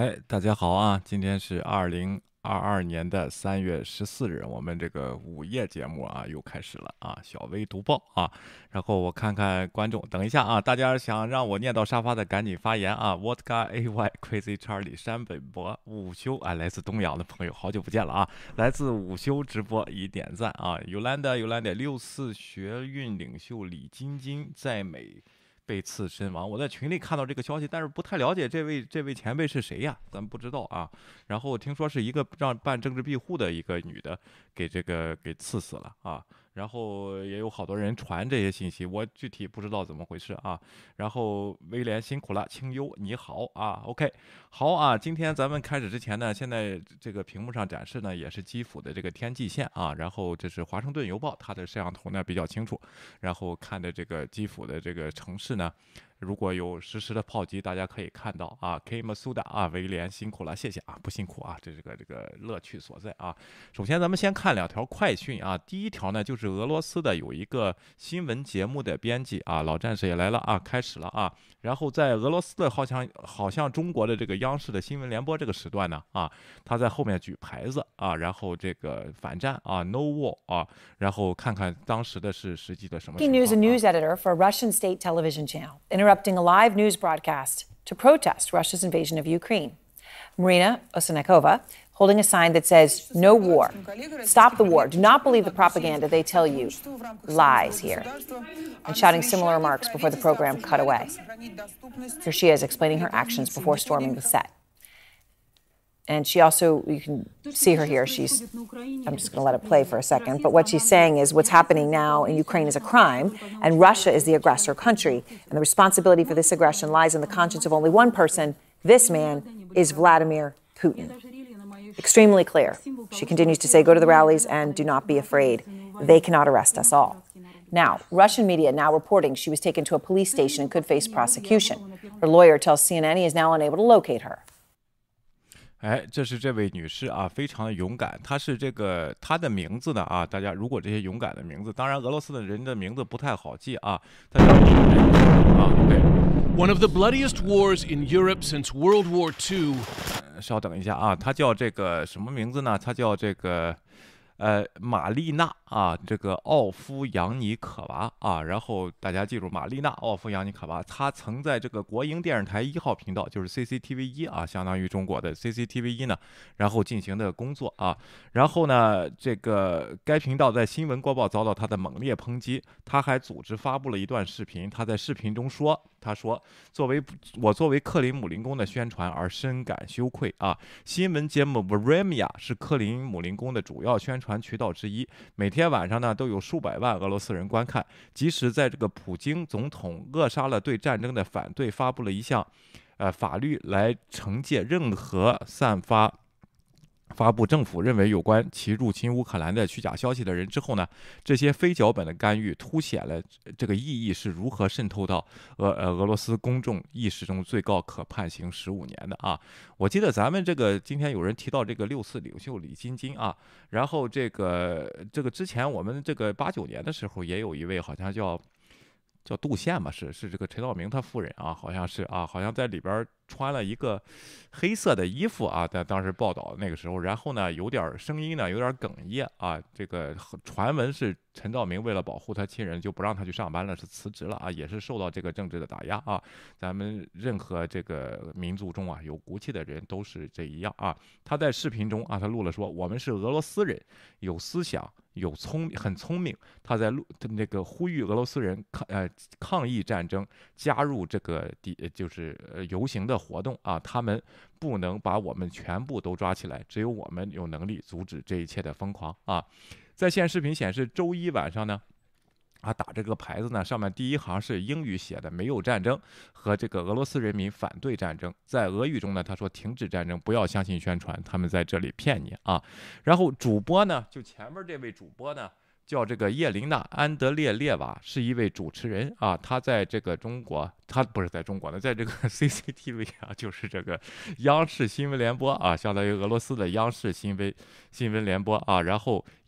哎，大家好啊！今天是2022年的3月14日，我们这个午夜节目啊又开始了啊，小微读报啊。然后我看看观众，等一下啊，大家想让我念到沙发的赶紧发言啊。Vodka AY Crazy Charlie 山本博午休啊，来自东阳的朋友，好久不见了啊！来自午休直播已点赞啊。Yolanda 64学运领袖李晶晶在美被刺身亡。我在群里看到这个消息，但是不太了解这位前辈是谁呀？咱们不知道啊。然后听说是一个让办政治庇护的一个女的给刺死了啊。然后也有好多人传这些信息，我具体不知道怎么回事啊。然后威廉辛苦了，清幽你好啊，OK，好啊。今天咱们开始之前呢，现在这个屏幕上展示呢也是基辅的这个天际线啊，然后这是华盛顿邮报，它的摄像头呢比较清楚，然后看的这个基辅的这个城市呢。如果有实时的炮击，大家可以看到啊 ，K 马苏达啊，威廉辛苦了，谢谢啊，不辛苦啊，这个乐趣所在啊。首先，咱们先看两条快讯啊。第一条呢，就是俄罗斯的有一个新闻节目的编辑啊，老战士也来了啊，开始了啊。然后在俄罗斯的好像中国的这个央视的新闻联播这个时段呢啊，他在后面举牌子啊，然后这个反战啊 ，No War 啊，然后看看当时的是实际的什么情况。 News, a news editor for a Russian state television channel, interrupting a live news broadcast to protest Russia's invasion of Ukraine. Marina Osinekova holding a sign that says, "No war. Stop the war. Do not believe the propaganda they tell you." Lies here. And shouting similar remarks before the program cut away. Here she is explaining her actions before storming the set. And she also, you can see her here, I'm just going to let it play for a second, but what she's saying is what's happening now in Ukraine is a crime, and Russia is the aggressor country, and the responsibility for this aggression lies in the conscience of only one person. This man is Vladimir Putin. Extremely clear. She continues to say, go to the rallies and do not be afraid. They cannot arrest us all. Now, Russian media now reporting she was taken to a police station and could face prosecution. Her lawyer tells CNN he is now unable to locate her. 哎，这是这位女士啊，非常的勇敢。她是她的名字呢啊，大家如果这些勇敢的名字，当然俄罗斯的人的名字不太好记啊。她叫啊，对。 One of the bloodiest wars in Europe since World War II. 稍等一下啊，她叫这个什么名字呢？她叫这个。玛丽娜啊，这个奥夫扬尼可娃啊，然后大家记住，玛丽娜奥夫扬尼可娃，她曾在这个国营电视台1号频道，就是 CCTV1啊，相当于中国的 CCTV1呢，然后进行的工作啊，然后呢，这个该频道在新闻播报遭到她的猛烈抨击，她还组织发布了一段视频，她在视频中说。他说：“作为克林姆林宫的宣传而深感羞愧啊！新闻节目 Vremya 是克林姆林宫的主要宣传渠道之一，每天晚上呢都有数百万俄罗斯人观看。即使在这个普京总统扼杀了对战争的反对，发布了一项法律来惩戒任何发布政府认为有关其入侵乌克兰的虚假消息的人之后呢，这些非脚本的干预凸显了这个意义是如何渗透到俄罗斯公众意识中，最高可判刑15年的啊！我记得咱们这个今天有人提到这个6·4领袖李晶晶啊，然后这个之前我们这个89年的时候也有一位好像叫杜宪吧，是这个陈道明他夫人啊，好像是啊，好像在里边穿了一个黑色的衣服啊，在当时报道那个时候，然后呢有点声音呢有点哽咽啊，这个传闻是陈道明为了保护他亲人就不让他去上班了，是辞职了啊，也是受到这个政治的打压啊。咱们任何这个民族中啊有骨气的人都是这一样啊。他在视频中啊，他录了说我们是俄罗斯人，有思想。很聪明，他在那个呼吁俄罗斯人抗议战争，加入这个就是游行的活动啊，他们不能把我们全部都抓起来，只有我们有能力阻止这一切的疯狂啊！在线视频显示，周一晚上呢。打这个牌子呢，上面第一行是英语写的"没有战争"和这个俄罗斯人民反对战争。在俄语中呢，他说停止战争，不要相信宣传，他们在这里骗你啊。然后主播呢，就前面这位主播呢，叫这个叶琳娜·安德烈列娃，是一位主持人啊。她在这个中国，她不是在中国的，在这个 CCTV 啊，就是这个央视新闻联播啊，相当于俄罗斯的央视新闻联播啊。然后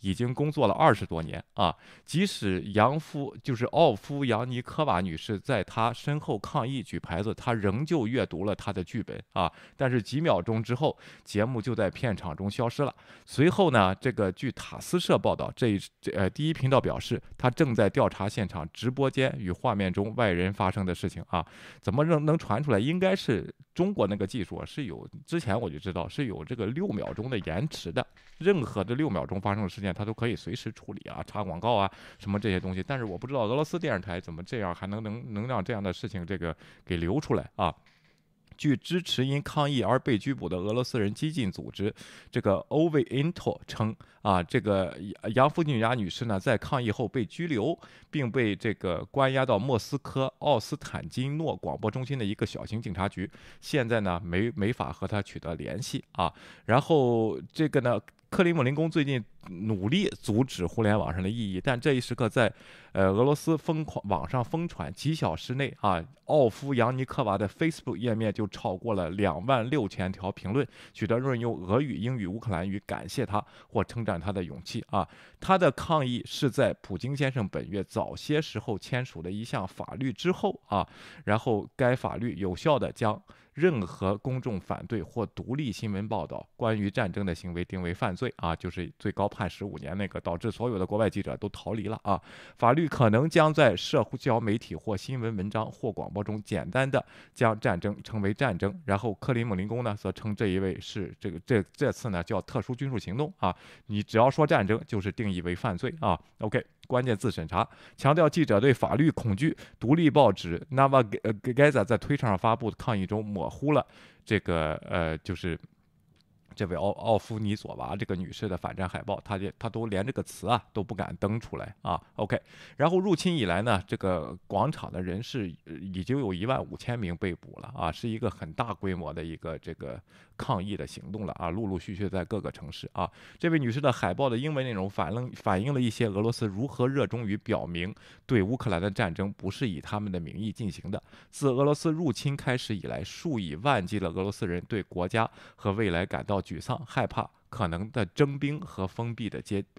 已经工作了20多年啊。即使奥夫扬尼科娃女士在她身后抗议举牌子，她仍旧阅读了她的剧本啊。但是几秒钟之后，节目就在片场中消失了。随后呢，这个据塔斯社报道，第一频道表示，他正在调查现场直播间与画面中外人发生的事情啊。怎么能传出来？应该是中国那个技术是有，之前我就知道是有这个6秒钟的延迟的，任何的6秒钟发生的事件，它都可以随时处理啊，插广告啊，什么这些东西。但是我不知道俄罗斯电视台怎么这样还能让这样的事情这个给流出来啊。据支持因抗议而被拘捕的俄罗斯人激进组织这个 OVINTO 称啊，这个杨夫尼亚女士呢在抗议后被拘留，并被这个关押到莫斯科奥斯坦金诺广播中心的一个小型警察局，现在呢没法和她取得联系啊。然后这个呢，克里姆林宫最近努力阻止互联网上的异议，但这一时刻在俄罗斯网上疯传，几小时内啊，奥夫扬尼科娃的 Facebook 页面就超过了26000条评论，许多人用俄语、英语、乌克兰语感谢他或称赞他的勇气啊。他的抗议是在普京先生本月早些时候签署的一项法律之后啊，然后该法律有效地将任何公众反对或独立新闻报道关于战争的行为定为犯罪啊，就是最高判15年那个，导致所有的国外记者都逃离了啊。法律可能将在社交媒体或新闻文章或广播中简单的将战争称为战争。然后克里姆林宫呢则称这一位是这次呢叫特殊军事行动啊，你只要说战争就是定义为犯罪啊。OK。关键字审查，强调记者对法律恐惧。独立报纸 Novaya 在推特上发布的抗议中模糊了这个就是这位奥夫尼佐娃这个女士的反战海报，她都连这个词啊都不敢登出来啊。OK， 然后入侵以来呢，这个广场的人士已经有15000名被捕了啊，是一个很大规模的一个这个抗议的行动了啊，陆陆续续在各个城市啊。这位女士的海报的英文内容反映了一些俄罗斯如何热衷于表明对乌克兰的战争不是以他们的名义进行的。自俄罗斯入侵开始以来，数以万计的俄罗斯人对国家和未来感到沮丧、害怕可能的征兵和封闭的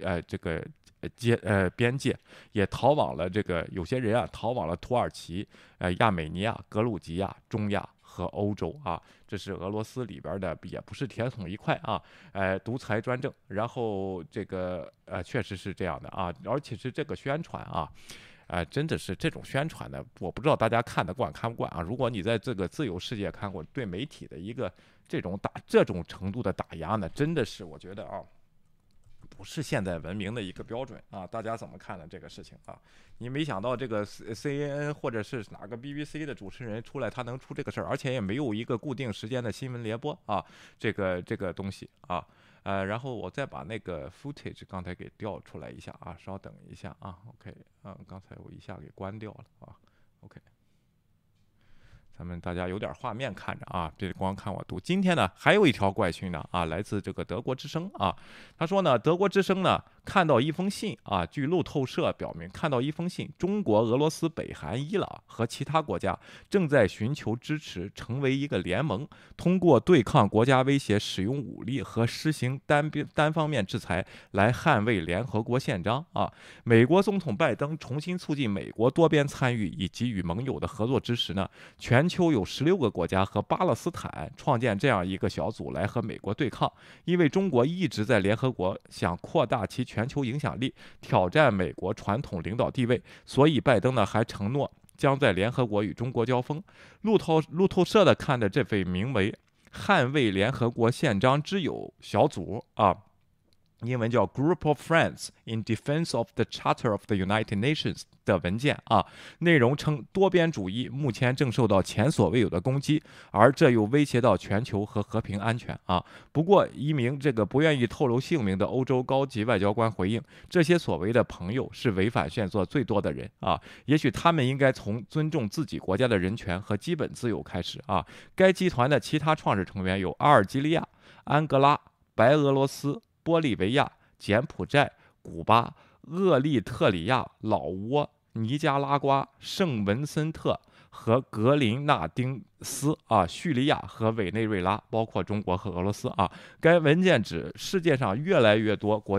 边界，也逃往了有些人啊逃往了土耳其、亚美尼亚、格鲁吉亚、中亚和欧洲啊。这是俄罗斯里边的，也不是铁桶一块啊，独裁专政。然后确实是这样的啊，而且是这个宣传啊。真的是这种宣传呢，我不知道大家看得惯看不惯啊。如果你在这个自由世界看过，对媒体的一个这种程度的打压呢，真的是我觉得啊，不是现代文明的一个标准啊。大家怎么看呢这个事情啊？你没想到这个 CNN 或者是哪个 BBC 的主持人出来，他能出这个事儿，而且也没有一个固定时间的新闻联播啊，这个东西啊。然后我再把那个 footage 刚才给调出来一下啊，稍等一下啊 ，OK， 刚才我一下给关掉了啊 ，OK。咱们大家有点画面看着啊，别光看我读。今天呢，还有一条怪讯呢啊，来自这个德国之声啊，他说呢，德国之声呢看到一封信啊，据路透社表明，看到一封信，中国、俄罗斯、北韩、伊朗和其他国家正在寻求支持，成为一个联盟，通过对抗国家威胁、使用武力和实行单方面制裁来捍卫联合国宪章啊。美国总统拜登重新促进美国多边参与以及与盟友的合作之时呢，全球有16个国家和巴勒斯坦创建这样一个小组来和美国对抗，因为中国一直在联合国想扩大其全球影响力，挑战美国传统领导地位，所以拜登呢还承诺将在联合国与中国交锋。路透社的看的这位名为“捍卫联合国宪章之友”小组啊。英文叫 Group of Friends in Defense of the Charter of the United Nations 的文件啊，内容称多边主义目前正受到前所未有的攻击，而这又威胁到全球和平安全啊。不过，一名不愿意透露姓名的欧洲高级外交官回应，这些所谓的朋友是违反宪作最多的人啊，也许他们应该从尊重自己国家的人权和基本自由开始啊。该集团的其他创始成员有阿尔及利亚、安哥拉、白俄罗斯、玻利维亚、柬埔寨、古巴、厄立特里亚、老挝、尼加拉瓜、圣文森特和格林纳丁斯啊、叙利亚和委内瑞拉，包括中国和俄罗斯啊。该文件指世界上越来越多国家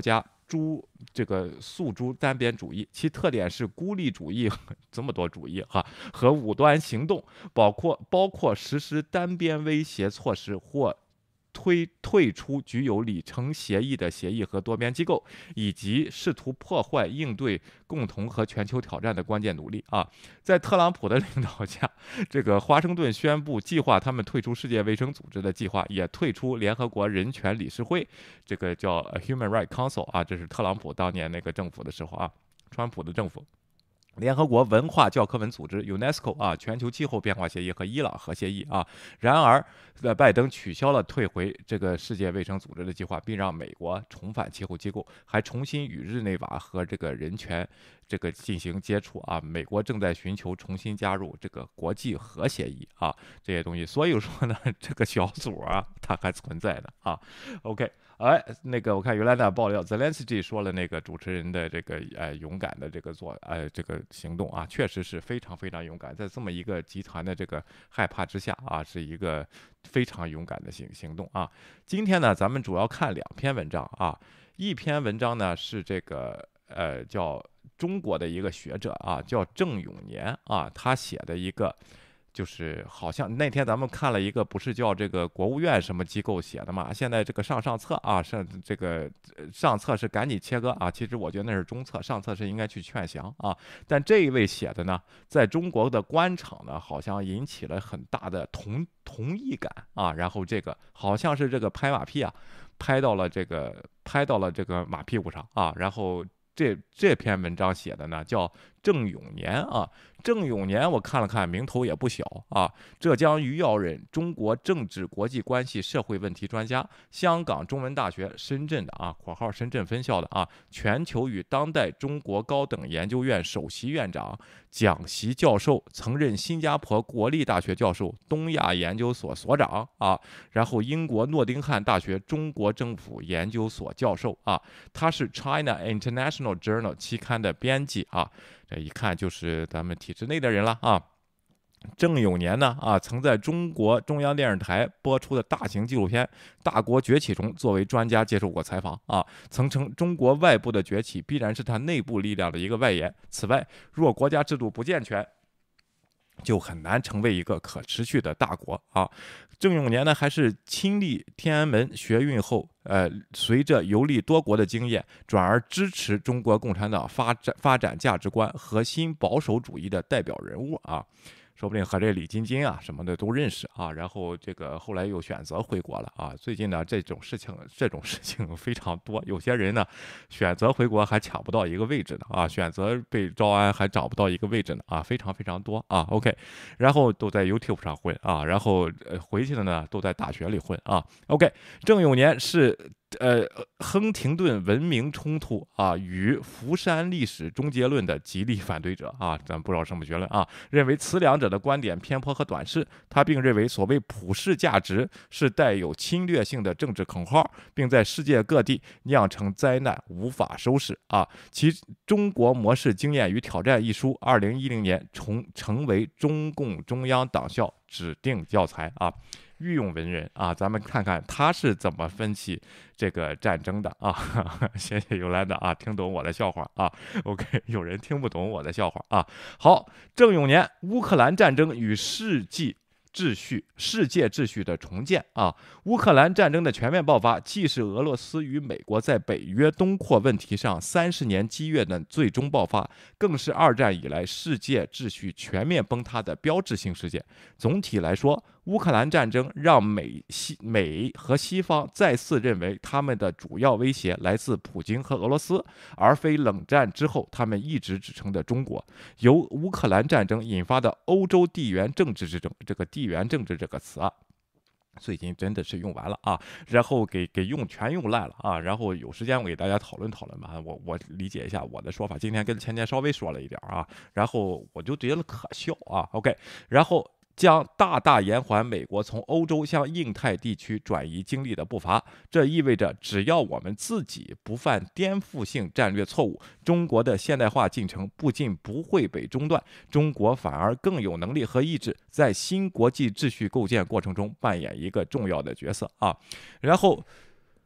这个诉诸单边主义，其特点是孤立主义，这么多主义哈，和武断行动，包括实施单边威胁措施或退出具有里程协议的协议和多边机构，以及试图破坏应对共同和全球挑战的关键努力啊。在特朗普的领导下，这个华盛顿宣布计划他们退出世界卫生组织的计划，也退出联合国人权理事会，这个叫 Human Rights Council 啊，这是特朗普当年那个政府的时候啊，川普的政府。联合国文化教科文组织 UNESCO 啊，全球气候变化协议和伊朗核协议啊。然而，拜登取消了退回这个世界卫生组织的计划，并让美国重返气候机构，还重新与日内瓦和这个人权这个进行接触啊。美国正在寻求重新加入这个国际核协议啊，这些东西。所以说呢，这个小组啊，它还存在的啊。OK。哎，那个我看原来的爆料 ，Zelensky 说了那个主持人的这个勇敢的这个这个行动啊，确实是非常非常勇敢，在这么一个集团的这个害怕之下啊，是一个非常勇敢的行动啊。今天呢，咱们主要看2篇文章啊，一篇文章呢是这个叫中国的一个学者啊，叫郑永年啊，他写的一个。就是好像那天咱们看了一个，不是叫这个国务院什么机构写的嘛？现在这个上册啊，这个上册是赶紧切割啊。其实我觉得那是中册，上册是应该去劝降啊。但这一位写的呢，在中国的官场呢，好像引起了很大的同意感啊。然后这个好像是这个拍马屁啊，拍到了这个马屁股上啊。然后这篇文章写的呢，叫郑永年啊。郑永年我看了看，名头也不小啊，浙江余姚人，中国政治国际关系社会问题专家，香港中文大学深圳的啊（括号深圳分校的啊）全球与当代中国高等研究院首席院长、讲席教授，曾任新加坡国立大学教授、东亚研究所所长啊，然后英国诺丁汉大学中国政府研究所教授啊，他是 China International Journal 期刊的编辑啊。这一看就是咱们体制内的人了啊。郑永年呢啊，曾在中国中央电视台播出的大型纪录片《大国崛起》中作为专家接受过采访啊，曾称中国外部的崛起必然是它内部力量的一个外延。此外，若国家制度不健全，就很难成为一个可持续的大国啊。郑永年呢，还是亲历天安门学运后，随着游历多国的经验，转而支持中国共产党发展价值观和新保守主义的代表人物啊。说不定和这李晶晶啊什么的都认识啊，然后这个后来又选择回国了啊。最近呢，这种事情非常多，有些人呢选择回国还抢不到一个位置呢啊，选择被招安还找不到一个位置呢啊，非常非常多啊。OK， 然后都在 YouTube 上混啊，然后回去的呢都在大学里混啊。OK， 郑永年是。亨廷顿文明冲突啊与福山历史终结论的极力反对者啊，咱不知道什么结论啊，认为此两者的观点偏颇和短视。他并认为所谓普世价值是带有侵略性的政治口号，并在世界各地酿成灾难，无法收拾啊。其《中国模式经验与挑战》一书，2010年成为中共中央党校指定教材啊。御用文人啊，咱们看看他是怎么分析这个战争的啊。谢谢尤兰达啊，听懂我的笑话啊。OK， 有人听不懂我的笑话啊。好，郑永年，乌克兰战争与世界秩序的重建啊。乌克兰战争的全面爆发，既是俄罗斯与美国在北约东扩问题上30年积月的最终爆发，更是2战以来世界秩序全面崩塌的标志性事件。总体来说，乌克兰战争让美和西方再次认为他们的主要威胁来自普京和俄罗斯，而非冷战之后他们一直指称的中国。由乌克兰战争引发的欧洲地缘政治之争，这个地缘政治这个词啊，最近真的是用完了啊，然后给全用烂了啊，然后有时间我给大家讨论讨论吧，我理解一下我的说法，今天跟前天稍微说了一点啊，然后我就觉得可笑啊。 OK， 然后将大大延缓美国从欧洲向印太地区转移精力的步伐。这意味着，只要我们自己不犯颠覆性战略错误，中国的现代化进程不仅不会被中断，中国反而更有能力和意志在新国际秩序构建过程中扮演一个重要的角色啊。然后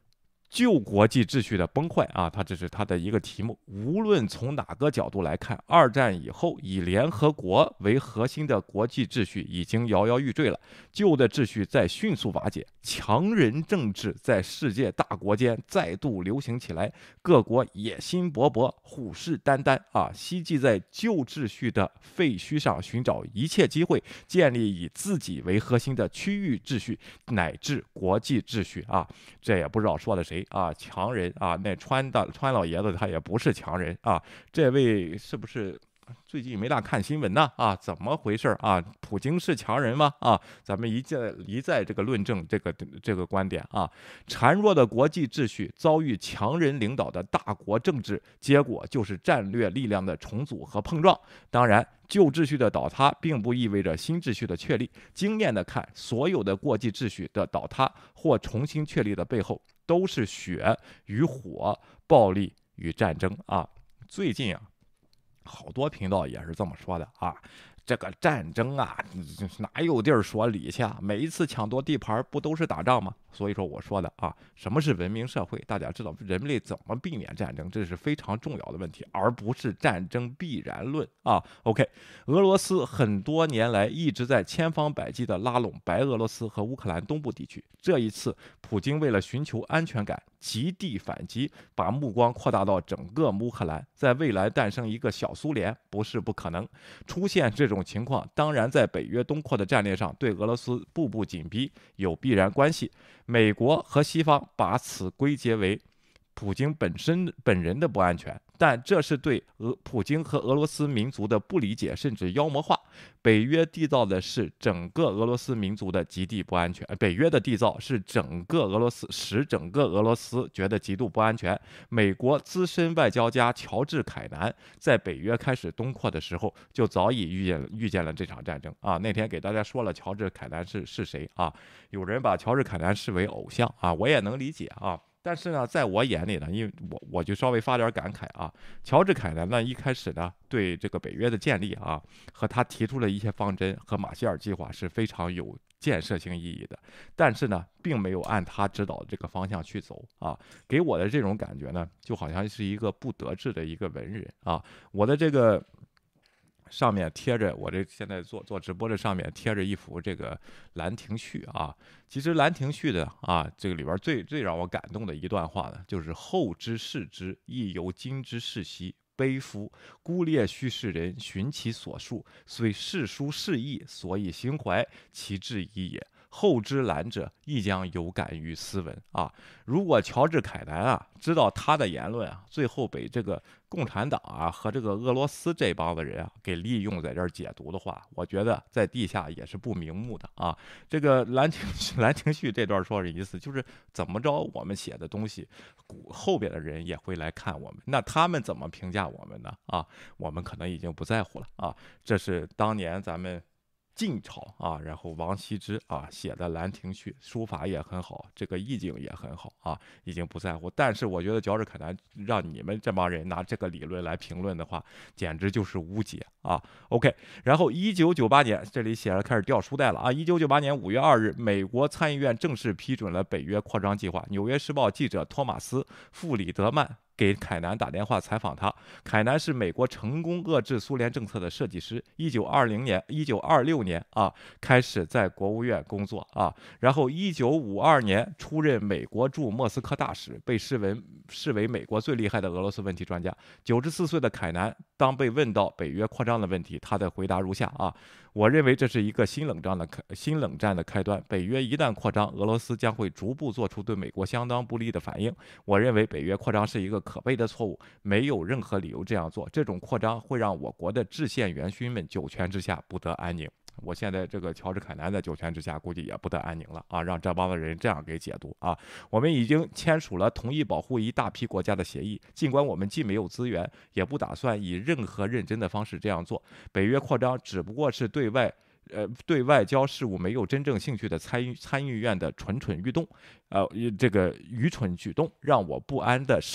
旧国际秩序的崩坏啊，这是它的一个题目。无论从哪个角度来看，二战以后以联合国为核心的国际秩序已经摇摇欲坠了，旧的秩序在迅速瓦解，强人政治在世界大国间再度流行起来，各国野心勃勃，虎视眈眈啊，希冀在旧秩序的废墟上寻找一切机会，建立以自己为核心的区域秩序乃至国际秩序啊。这也不知道说的谁啊，强人啊，那川老爷子他也不是强人啊，这位是不是最近没大看新闻呢？啊，怎么回事啊？普京是强人吗？啊，咱们一再这个论证这个观点啊。孱弱的国际秩序遭遇强人领导的大国政治，结果就是战略力量的重组和碰撞。当然，旧秩序的倒塌并不意味着新秩序的确立。经验的看，所有的国际秩序的倒塌或重新确立的背后，都是血与火、暴力与战争啊。最近啊，好多频道也是这么说的啊，这个战争啊，哪有地儿说理去啊？每一次抢夺地盘不都是打仗吗？所以说我说的啊，什么是文明社会？大家知道人类怎么避免战争，这是非常重要的问题，而不是战争必然论啊。OK， 俄罗斯很多年来一直在千方百计地拉拢白俄罗斯和乌克兰东部地区。这一次，普京为了寻求安全感，极地反击，把目光扩大到整个乌克兰，在未来诞生一个小苏联不是不可能。出现这种情况，当然在北约东扩的战略上对俄罗斯步步紧逼有必然关系。美国和西方把此归结为普京本人的不安全，但这是对普京和俄罗斯民族的不理解甚至妖魔化。北约缔造的是整个俄罗斯民族的极地不安全，北约的缔造是使整个俄罗斯觉得极度不安全。美国资深外交家乔治·凯南在北约开始东扩的时候，就早已预见了这场战争啊。那天给大家说了乔治·凯南是谁啊？有人把乔治·凯南视为偶像啊，我也能理解啊。但是呢，在我眼里呢，因为我就稍微发点感慨啊。乔治·凯南呢，一开始呢，对这个北约的建立啊，和他提出的一些方针和马歇尔计划是非常有建设性意义的，但是呢，并没有按他指导的这个方向去走啊。给我的这种感觉呢，就好像是一个不得志的一个文人啊。我的这个上面贴着，我这现在做直播的上面贴着一幅这个《兰亭序》啊。其实《兰亭序》的啊，这个里边最让我感动的一段话呢，就是后之视之，亦犹今之视兮。悲夫！孤列虚世人，寻其所述，虽世书释义，所以心怀，其志矣也。后之览者，亦将有感于斯文啊！如果乔治·凯南啊知道他的言论啊，最后被这个共产党啊和这个俄罗斯这帮子人啊给利用在这儿解读的话，我觉得在地下也是不瞑目的啊。这个兰亭序这段说的意思就是怎么着，我们写的东西，后边的人也会来看我们，那他们怎么评价我们呢？啊，我们可能已经不在乎了啊。这是当年咱们晋朝啊，然后王羲之啊写的《兰亭序》，书法也很好，这个意境也很好啊，已经不在乎。但是我觉得乔治·凯南让你们这帮人拿这个理论来评论的话，简直就是无解啊。OK， 然后1998年，这里写了开始掉书袋了啊。1998年5月2日，美国参议院正式批准了北约扩张计划。《纽约时报》记者托马斯·弗里德曼给凯南打电话采访他。凯南是美国成功遏制苏联政策的设计师。1926年啊，开始在国务院工作啊，然后1952年出任美国驻莫斯科大使，被视为美国最厉害的俄罗斯问题专家。94岁的凯南，当被问到北约扩张的问题，他的回答如下啊：我认为这是一个新冷战的开端。北约一旦扩张，俄罗斯将会逐步做出对美国相当不利的反应。我认为北约扩张是一个可悲的错误，没有任何理由这样做。这种扩张会让我国的制宪元勋们九泉之下不得安宁。我现在这个乔治·凯南在九泉之下估计也不得安宁了啊！让这帮的人这样给解读啊！我们已经签署了同意保护一大批国家的协议，尽管我们既没有资源，也不打算以任何认真的方式这样做。北约扩张只不过是对外交事务没有真正兴趣的参议院的蠢蠢欲动，这个愚蠢举动。让我不安的是，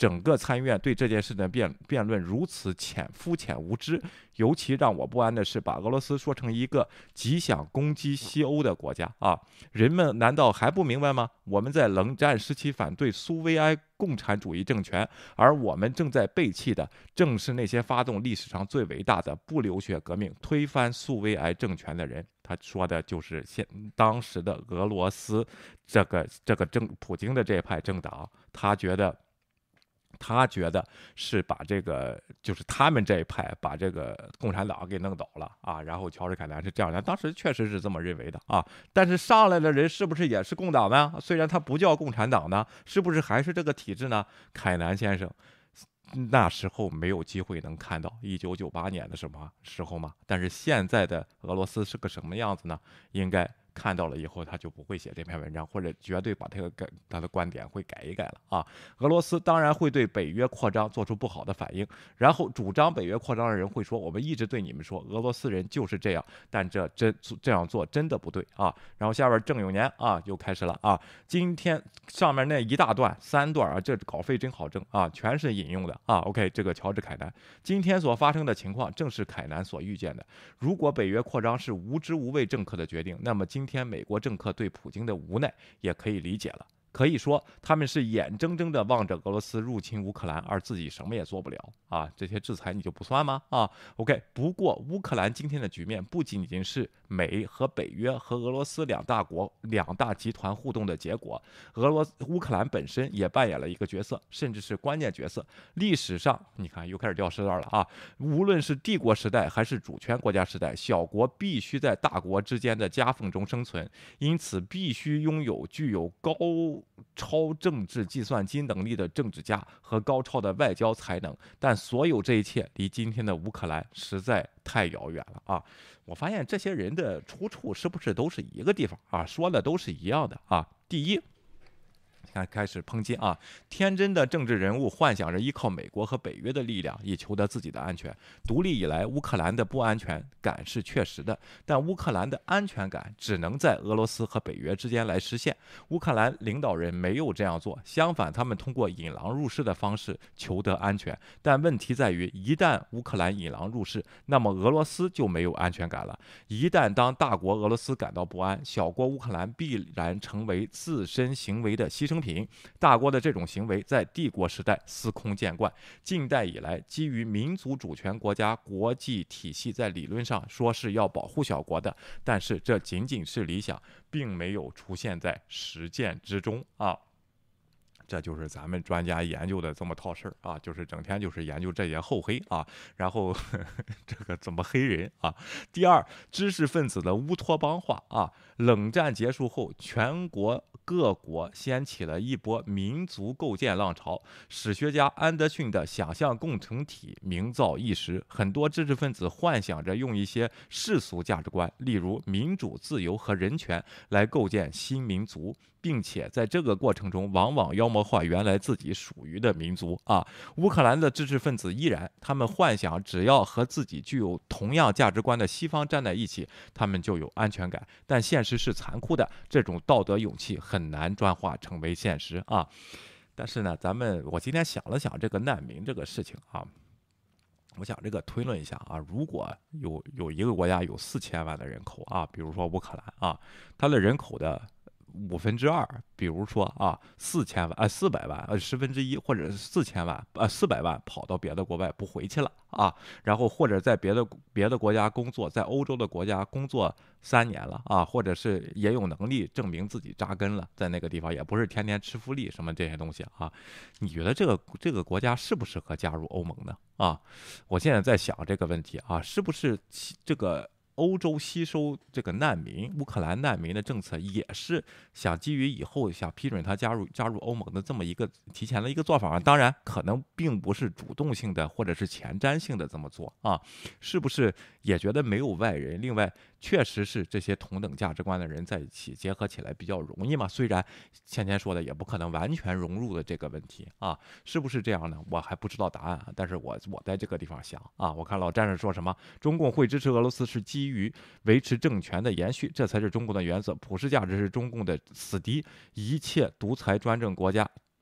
整个参议院对这件事的辩论如此肤浅无知。尤其让我不安的是，把俄罗斯说成一个极想攻击西欧的国家啊！人们难道还不明白吗？我们在冷战时期反对苏维埃共产主义政权，而我们正在背弃的正是那些发动历史上最伟大的不流血革命、推翻苏维埃政权的人。他说的就是当时的俄罗斯普京的这派政党，他觉得是把这个，就是他们这一派把这个共产党给弄倒了啊，然后乔治凯南是这样的，当时确实是这么认为的啊。但是上来的人是不是也是共党呢？虽然他不叫共产党呢，是不是还是这个体制呢？凯南先生那时候没有机会能看到1998年的什么时候吗？但是现在的俄罗斯是个什么样子呢？应该看到了以后，他就不会写这篇文章，或者绝对把他的观点会改一改了啊。俄罗斯当然会对北约扩张做出不好的反应，然后主张北约扩张的人会说，我们一直对你们说，俄罗斯人就是这样，但这样做真的不对啊。然后下边郑永年啊又开始了啊，今天上面那一大段3段啊，这稿费真好挣啊，全是引用的啊。OK， 这个乔治凯南今天所发生的情况正是凯南所预见的。如果北约扩张是无知无畏政客的决定，那么今天美国政客对普京的无奈也可以理解了。可以说，他们是眼睁睁地望着俄罗斯入侵乌克兰，而自己什么也做不了啊！这些制裁你就不算吗？啊 ，OK。不过，乌克兰今天的局面不仅仅是美和北约和俄罗斯两大集团互动的结果，乌克兰本身也扮演了一个角色，甚至是关键角色。历史上，你看又开始掉石段了啊！无论是帝国时代还是主权国家时代，小国必须在大国之间的夹缝中生存，因此必须拥有具有高超政治计算机能力的政治家和高超的外交才能，但所有这一切离今天的乌克兰实在太遥远了啊！我发现这些人的出处是不是都是一个地方啊？说的都是一样的啊。第一，开始抨击啊！天真的政治人物幻想着依靠美国和北约的力量以求得自己的安全。独立以来，乌克兰的不安全感是确实的，但乌克兰的安全感只能在俄罗斯和北约之间来实现。乌克兰领导人没有这样做，相反，他们通过引狼入室的方式求得安全。但问题在于，一旦乌克兰引狼入室，那么俄罗斯就没有安全感了。一旦当大国俄罗斯感到不安，小国乌克兰必然成为自身行为的牺牲品。大国的这种行为在帝国时代司空见惯，近代以来，基于民族主权国家国际体系在理论上说是要保护小国的，但是这仅仅是理想，并没有出现在实践之中啊。这就是咱们专家研究的这么套事儿啊，就是整天就是研究这些厚黑啊，然后这个怎么黑人啊。第二，知识分子的乌托邦化啊。冷战结束后，全国各国掀起了一波民族构建浪潮，史学家安德逊的想象共同体名噪一时，很多知识分子幻想着用一些世俗价值观，例如民主、自由和人权来构建新民族，并且在这个过程中往往妖魔化原来自己属于的民族啊。乌克兰的知识分子依然，他们幻想只要和自己具有同样价值观的西方站在一起，他们就有安全感。但现实是残酷的，这种道德勇气很难转化成为现实啊。但是呢，我今天想了想这个难民这个事情啊，我想这个推论一下啊，如果有一个国家有4000万的人口啊，比如说乌克兰啊，它的人口的2/5，比如说啊，400万1/10，或者4000万400万跑到别的国外不回去了啊，然后或者在别的国家工作，在欧洲的国家工作3年了啊，或者是也有能力证明自己扎根了，在那个地方也不是天天吃福利什么这些东西啊，你觉得这个国家适不适合加入欧盟呢？啊，我现在在想这个问题啊，是不是这个欧洲吸收这个难民，乌克兰难民的政策也是想基于以后想批准他加入欧盟的这么一个提前的一个做法，当然可能并不是主动性的或者是前瞻性的这么做啊，是不是也觉得没有外人？另外，确实是这些同等价值观的人在一起结合起来比较容易嘛？虽然先前说的也不可能完全融入的这个问题啊，是不是这样呢？我还不知道答案啊，但是我在这个地方想啊，我看老战士说什么，中共会支持俄罗斯是基于维持政权的延续，这才是中共的原则。普世价值是中共的死敌，一切独裁专政国家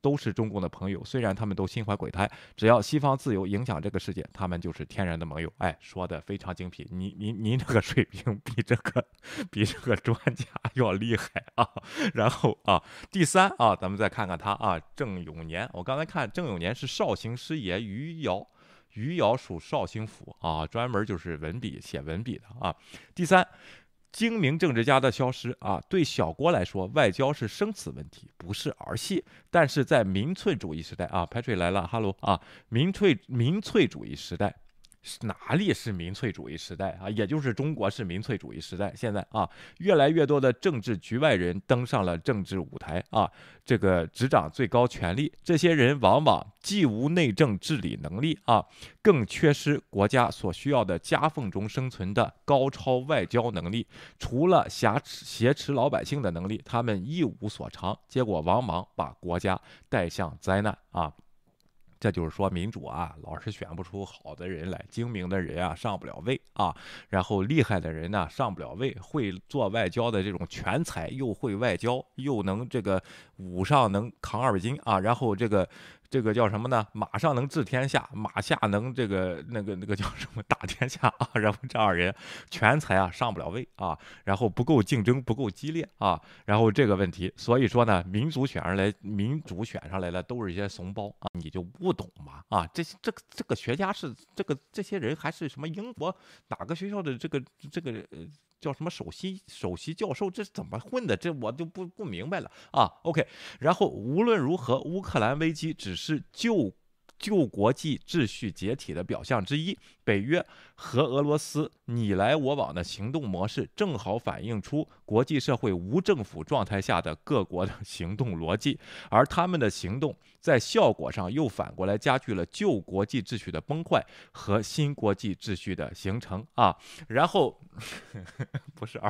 都是中共的朋友，虽然他们都心怀鬼胎，只要西方自由影响这个世界，他们就是天然的盟友。哎，说的非常精辟，您这个水平比这个专家要厉害啊。然后啊，第三啊，咱们再看看他啊，郑永年。我刚才看郑永年是绍兴师爷余姚属绍兴府啊，专门就是写文笔的啊。第三，精明政治家的消失啊，对小国来说，外交是生死问题，不是儿戏。但是在民粹主义时代啊，Patrick 来了，哈喽啊，民粹主义时代。哪里是民粹主义时代啊？也就是中国是民粹主义时代。现在啊，越来越多的政治局外人登上了政治舞台啊，这个执掌最高权力。这些人往往既无内政治理能力啊，更缺失国家所需要的夹缝中生存的高超外交能力。除了挟持老百姓的能力，他们一无所长，结果往往把国家带向灾难啊。这就是说，民主啊，老是选不出好的人来，精明的人啊上不了位啊，然后厉害的人呢上不了位，会做外交的这种全才，又会外交，又能这个武上能扛200斤啊，然后这个叫什么呢？马上能治天下，马下能这个那个叫什么打天下啊？然后这样人全才啊上不了位啊，然后不够竞争，不够激烈啊，然后这个问题，所以说呢，民主选上来的都是一些怂包啊，你就不懂嘛啊？这个学家是这些人还是什么英国哪个学校的这个叫什么首席教授，这怎么混的？这我就不明白了啊。OK， 然后无论如何，乌克兰危机只是旧国际秩序解体的表象之一。北约和俄罗斯你来我往的行动模式，正好反映出国际社会无政府状态下的各国的行动逻辑，而他们的行动在效果上又反过来加剧了旧国际秩序的崩坏和新国际秩序的形成啊。然后不是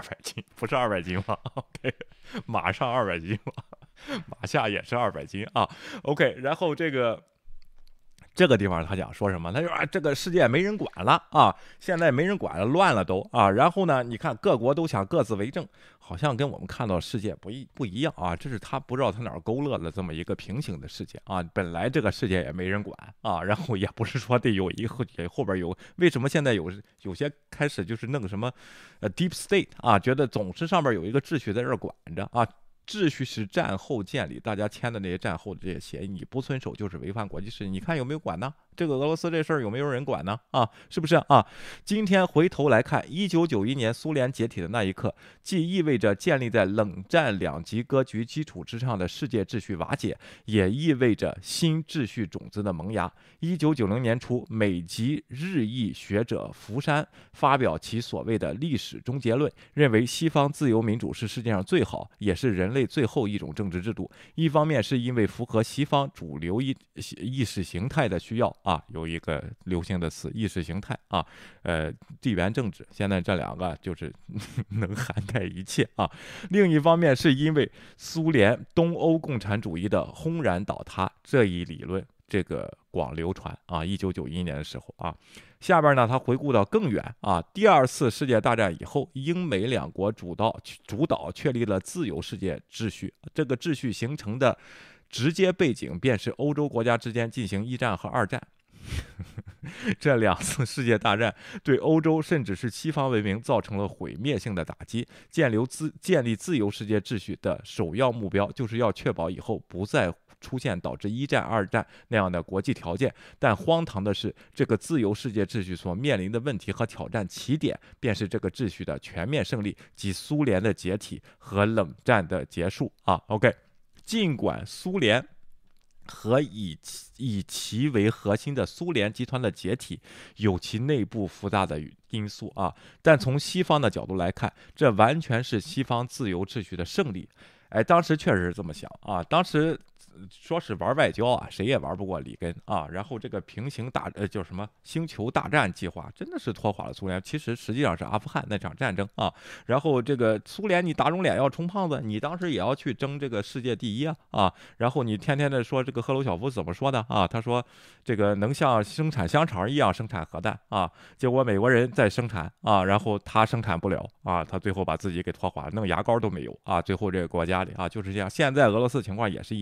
200斤吗 ？OK， 马上200斤吗？马下也是200斤啊。OK， 然后这个地方他讲说什么？他说啊，这个世界没人管了啊，现在没人管了，乱了都啊。然后呢，你看各国都想各自为政，好像跟我们看到的世界不一样啊。这是他不知道他哪儿勾勒了这么一个平行的世界啊。本来这个世界也没人管啊，然后也不是说得有后边有，为什么现在有些开始就是弄什么deep state 啊，觉得总是上面有一个秩序在这儿管着啊。秩序是战后建立，大家签的那些战后的这些协议，你不遵守就是违反国际事。你看有没有管呢？这个俄罗斯这事儿有没有人管呢？啊，是不是啊？今天回头来看，1991年苏联解体的那一刻，既意味着建立在冷战两极格局基础之上的世界秩序瓦解，也意味着新秩序种子的萌芽。1990年初，美籍日裔学者福山发表其所谓的历史终结论，认为西方自由民主是世界上最好，也是人类最后一种政治制度。一方面是因为符合西方主流意识形态的需要啊，有一个流行的词意识形态啊，地缘政治，现在这两个就是能涵盖一切啊。另一方面是因为苏联东欧共产主义的轰然倒塌这一理论，这个广流传啊，1991年的时候啊。下边呢，他回顾到更远啊，第2次世界大战以后，英美两国主导确立了自由世界秩序，这个秩序形成的直接背景便是欧洲国家之间进行1战和2战。这2次世界大战对欧洲甚至是西方文明造成了毁灭性的打击。建立自由世界秩序的首要目标，就是要确保以后不再出现导致1战、2战那样的国际条件。但荒唐的是，这个自由世界秩序所面临的问题和挑战起点，便是这个秩序的全面胜利，即苏联的解体和冷战的结束啊。OK， 尽管苏联和以其为核心的苏联集团的解体有其内部复杂的因素啊，但从西方的角度来看，这完全是西方自由秩序的胜利。哎，当时确实是这么想啊，当时说是玩外交啊，谁也玩不过里根啊。然后这个平行叫什么星球大战计划，真的是拖垮了苏联。其实实际上是阿富汗那场战争啊。然后这个苏联你打肿脸要充胖子，你当时也要去争这个世界第一啊。然后你天天的说这个赫鲁晓夫怎么说的啊？他说这个能像生产香肠一样生产核弹啊，结果美国人在生产啊，然后他生产不了啊，他最后把自己给拖垮了，弄牙膏都没有啊。最后这个国家里啊就是这样。现在俄罗斯情况也是一样，也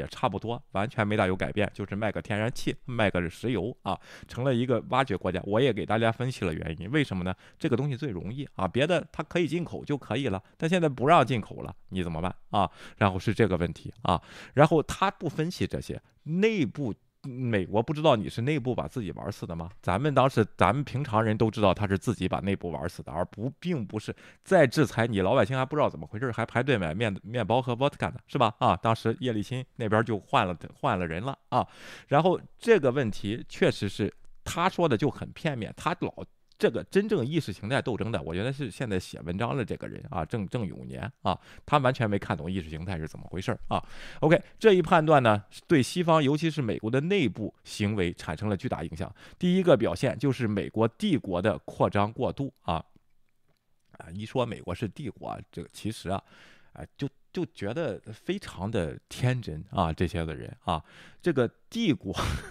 差不多，完全没大有改变，就是卖个天然气，卖个石油啊，成了一个挖掘国家。我也给大家分析了原因，为什么呢？这个东西最容易啊，别的它可以进口就可以了，但现在不让进口了，你怎么办啊？然后是这个问题啊，然后他不分析这些内部。美国不知道你是内部把自己玩死的吗？咱们平常人都知道他是自己把内部玩死的，并不是再制裁你，老百姓还不知道怎么回事，还排队买面包和 vodka 呢，是吧？啊，当时叶利钦那边就换了人了啊。然后这个问题确实是他说的就很片面，这个真正意识形态斗争的，我觉得是现在写文章的这个人啊，郑永年啊，他完全没看懂意识形态是怎么回事啊。OK， 这一判断呢，对西方尤其是美国的内部行为产生了巨大影响。第一个表现就是美国帝国的扩张过度啊。一说美国是帝国，这个其实啊，就觉得非常的天真啊，这些的人啊，这个帝国。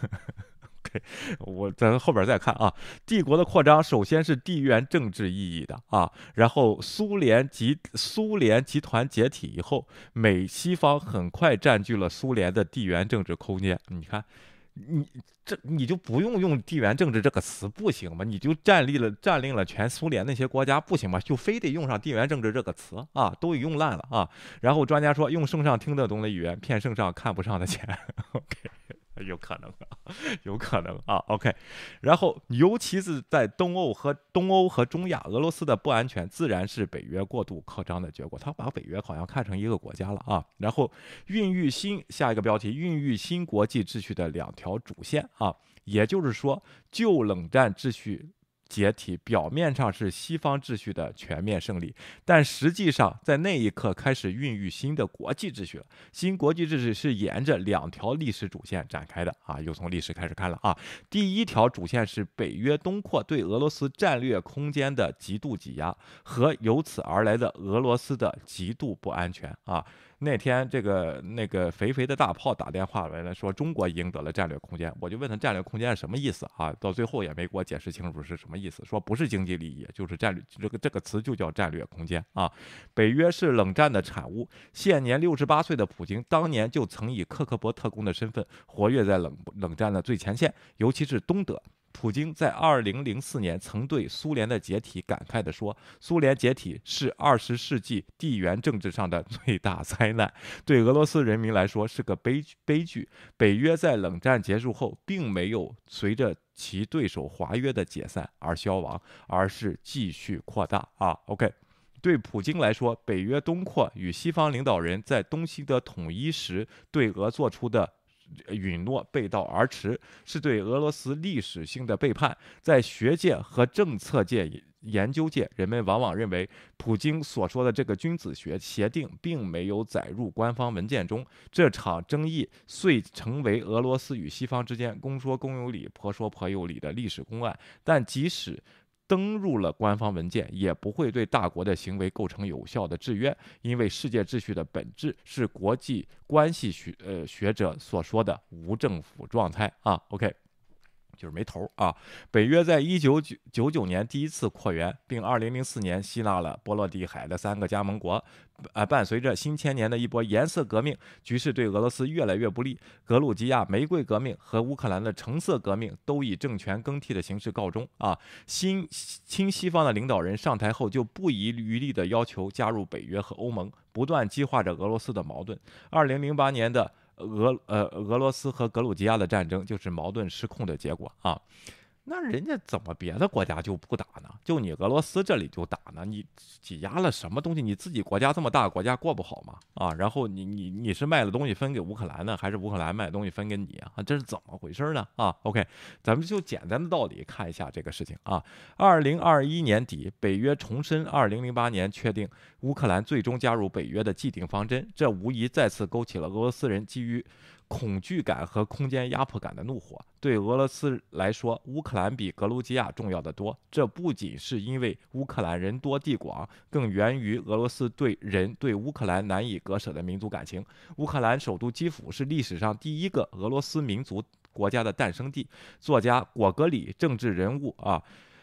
咱后边再看啊，帝国的扩张首先是地缘政治意义的啊，然后苏联集团解体以后，美西方很快占据了苏联的地缘政治空间。你看，你就不用地缘政治这个词不行吗？你就占领了全苏联那些国家不行吗？就非得用上地缘政治这个词啊，都给用烂了啊。然后专家说，用圣上听得懂的语言骗圣上看不上的钱。OK。有可能啊 ，OK， 然后尤其是在东欧和中亚，俄罗斯的不安全自然是北约过度扩张的结果。他把北约好像看成一个国家了啊。然后下一个标题，孕育新国际秩序的两条主线啊，也就是说，旧冷战秩序解体表面上是西方秩序的全面胜利，但实际上在那一刻开始孕育新的国际秩序了。新国际秩序是沿着两条历史主线展开的啊，又从历史开始看了啊。第一条主线是北约东扩对俄罗斯战略空间的极度挤压和由此而来的俄罗斯的极度不安全啊。那天那个肥肥的大炮打电话来了，说中国赢得了战略空间。我就问他战略空间是什么意思啊？到最后也没给我解释清楚是什么意思，说不是经济利益，就是战略，这个词就叫战略空间啊。北约是冷战的产物，现年68岁的普京当年就曾以克格勃特工的身份活跃在冷战的最前线，尤其是东德。普京在2004年曾对苏联的解体感慨地说：“苏联解体是20世纪地缘政治上的最大灾难，对俄罗斯人民来说是个悲剧。北约在冷战结束后，并没有随着其对手华约的解散而消亡，而是继续扩大。”啊 ，OK。对普京来说，北约东扩与西方领导人在东西德统一时对俄做出的允诺背道而驰，是对俄罗斯历史性的背叛。在学界和政策界、研究界，人们往往认为普京所说的这个君子协定并没有载入官方文件中，这场争议遂成为俄罗斯与西方之间公说公有理，婆说婆有理的历史公案。但即使登入了官方文件，也不会对大国的行为构成有效的制约，因为世界秩序的本质是国际关系学者所说的无政府状态啊。OK。就是没头啊！北约在1999年第一次扩员，并2004年吸纳了波罗的海的3个加盟国。伴随着新千年的一波颜色革命，局势对俄罗斯越来越不利。格鲁吉亚玫瑰革命和乌克兰的橙色革命都以政权更替的形式告终啊！亲西方的领导人上台后，就不遗余力地要求加入北约和欧盟，不断激化着俄罗斯的矛盾。2008年的俄罗斯和格鲁吉亚的战争就是矛盾失控的结果啊。那人家怎么别的国家就不打呢？就你俄罗斯这里就打呢？你挤压了什么东西？你自己国家这么大国家过不好吗？啊，然后你是卖了东西分给乌克兰呢，还是乌克兰卖东西分给你啊？这是怎么回事呢？啊 ，OK， 咱们就简单的道理看一下这个事情啊。2021年底，北约重申2008年确定乌克兰最终加入北约的既定方针，这无疑再次勾起了俄罗斯人基于恐惧感和空间压迫感的怒火。对俄罗斯来说，乌克兰比格鲁吉亚重要得多。这不仅是因为乌克兰人多地广，更源于俄罗斯对乌克兰难以割舍的民族感情。乌克兰首都基辅是历史上第一个俄罗斯民族国家的诞生地。作家果戈里，政治人物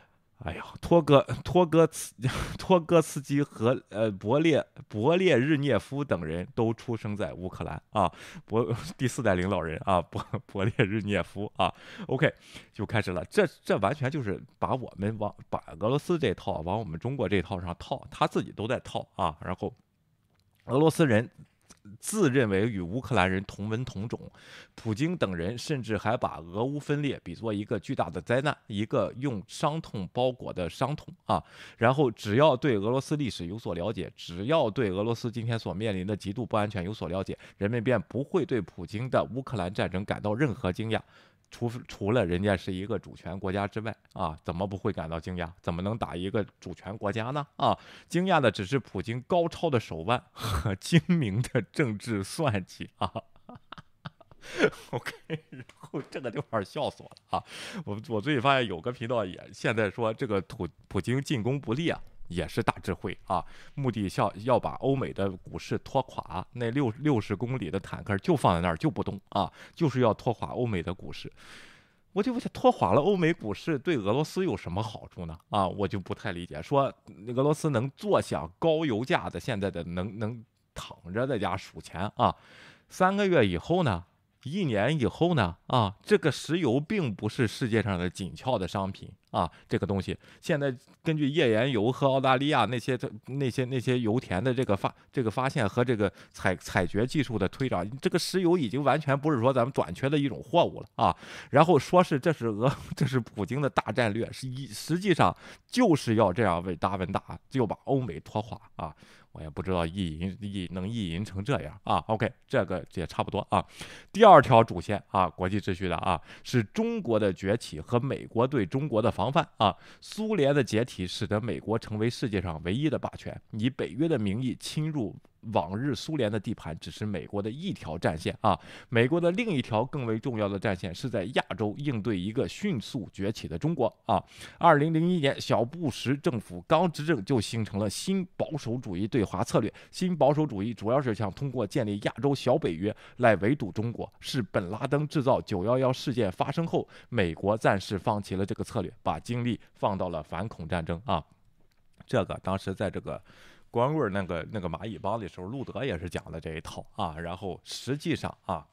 哎呀，托戈斯基和勃列日涅夫等人都出生在乌克兰啊，第4代领导人啊，勃列日涅夫啊。OK， 就开始了，这完全就是把俄罗斯这套往我们中国这套上套，他自己都在套啊。然后俄罗斯人自认为与乌克兰人同文同种，普京等人甚至还把俄乌分裂比作一个巨大的灾难，一个用伤痛包裹的伤痛啊。然后只要对俄罗斯历史有所了解，只要对俄罗斯今天所面临的极度不安全有所了解，人们便不会对普京的乌克兰战争感到任何惊讶。除了人家是一个主权国家之外啊，怎么不会感到惊讶？怎么能打一个主权国家呢？啊，惊讶的只是普京高超的手腕和精明的政治算计啊。OK， 然后这个地方笑死我了啊！我最近发现有个频道也现在说这个普京进攻不利啊。也是大智慧啊，目的要把欧美的股市拖垮，那60公里的坦克就放在那儿就不动啊，就是要拖垮欧美的股市。我就想拖垮了欧美股市对俄罗斯有什么好处呢？啊，我就不太理解。说俄罗斯能坐享高油价的现在的能躺着在家数钱啊，3个月以后呢？1年以后呢？啊，这个石油并不是世界上的紧俏的商品啊，这个东西现在根据页岩油和澳大利亚那些油田的这个发现和这个采掘技术的推展，这个石油已经完全不是说咱们短缺的一种货物了啊。然后说是这是普京的大战略，实际上就是要这样稳打，就把欧美拖垮啊。我也不知道能意淫成这样啊。OK， 这个也差不多啊。第2条主线啊，国际秩序的啊，是中国的崛起和美国对中国的防范啊。苏联的解体使得美国成为世界上唯一的霸权，以北约的名义侵入往日苏联的地盘只是美国的一条战线啊，美国的另一条更为重要的战线是在亚洲应对一个迅速崛起的中国啊。2001年，小布什政府刚执政就形成了新保守主义对华策略。新保守主义主要是想通过建立亚洲小北约来围堵中国，是本拉登制造911事件发生后，美国暂时放弃了这个策略，把精力放到了反恐战争啊。这个当时在这个光棍那个蚂蚁帮的时候，路德也是讲的这一套啊。然后实际上啊，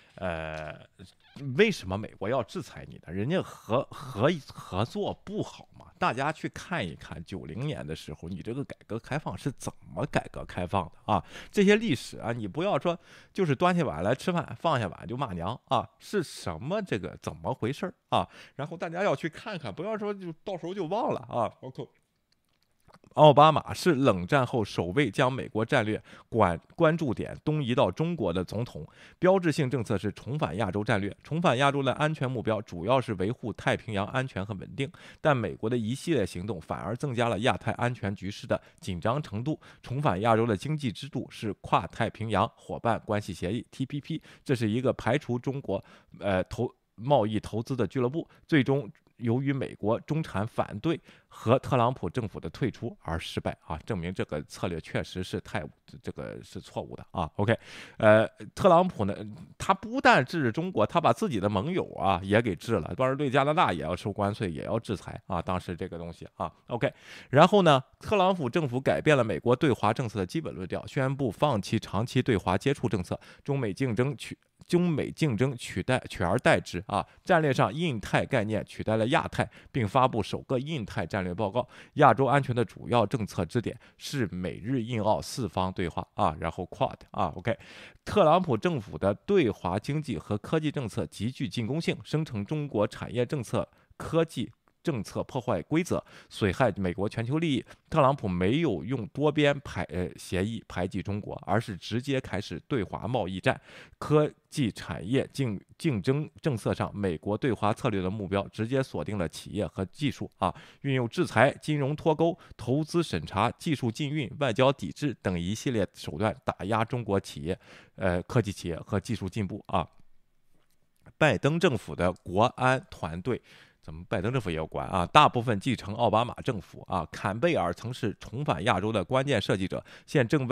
为什么美国要制裁你呢？人家合作不好吗？大家去看一看90年的时候，你这个改革开放是怎么改革开放的啊？这些历史啊，你不要说就是端下碗来吃饭，放下碗就骂娘啊，是什么这个怎么回事啊？然后大家要去看看，不要说就到时候就忘了啊。包括奥巴马是冷战后首位将美国战略关注点东移到中国的总统，标志性政策是重返亚洲战略。重返亚洲的安全目标主要是维护太平洋安全和稳定，但美国的一系列行动反而增加了亚太安全局势的紧张程度。重返亚洲的经济支柱是跨太平洋伙伴关系协议 TPP， 这是一个排除中国贸易投资的俱乐部，最终由于美国中产反对和特朗普政府的退出而失败啊，证明这个策略确实是是错误的啊。OK， 特朗普呢，他不但制中国，他把自己的盟友啊也给制了，当然对加拿大也要收关税，也要制裁啊。当时这个东西啊 ，OK， 然后呢，特朗普政府改变了美国对华政策的基本论调，宣布放弃长期对华接触政策，中美竞争取而代之啊！战略上，印太概念取代了亚太，并发布首个印太战略报告。亚洲安全的主要政策支点是美日印澳4方对话啊，然后 Quad 啊 ，OK。特朗普政府的对华经济和科技政策极具进攻性，声称中国产业政策、科技政策破坏规则，损害美国全球利益。特朗普没有用多边协议排挤中国，而是直接开始对华贸易战。科技产业竞争政策上，美国对华策略的目标直接锁定了企业和技术啊，运用制裁、金融脱钩、投资审查、技术禁运、外交抵制等一系列手段打压中国企业、科技企业和技术进步啊。拜登政府的国安团队。怎么拜登政府也有关啊？大部分继承奥巴马政府啊。坎贝尔曾是重返亚洲的关键设计者，现正为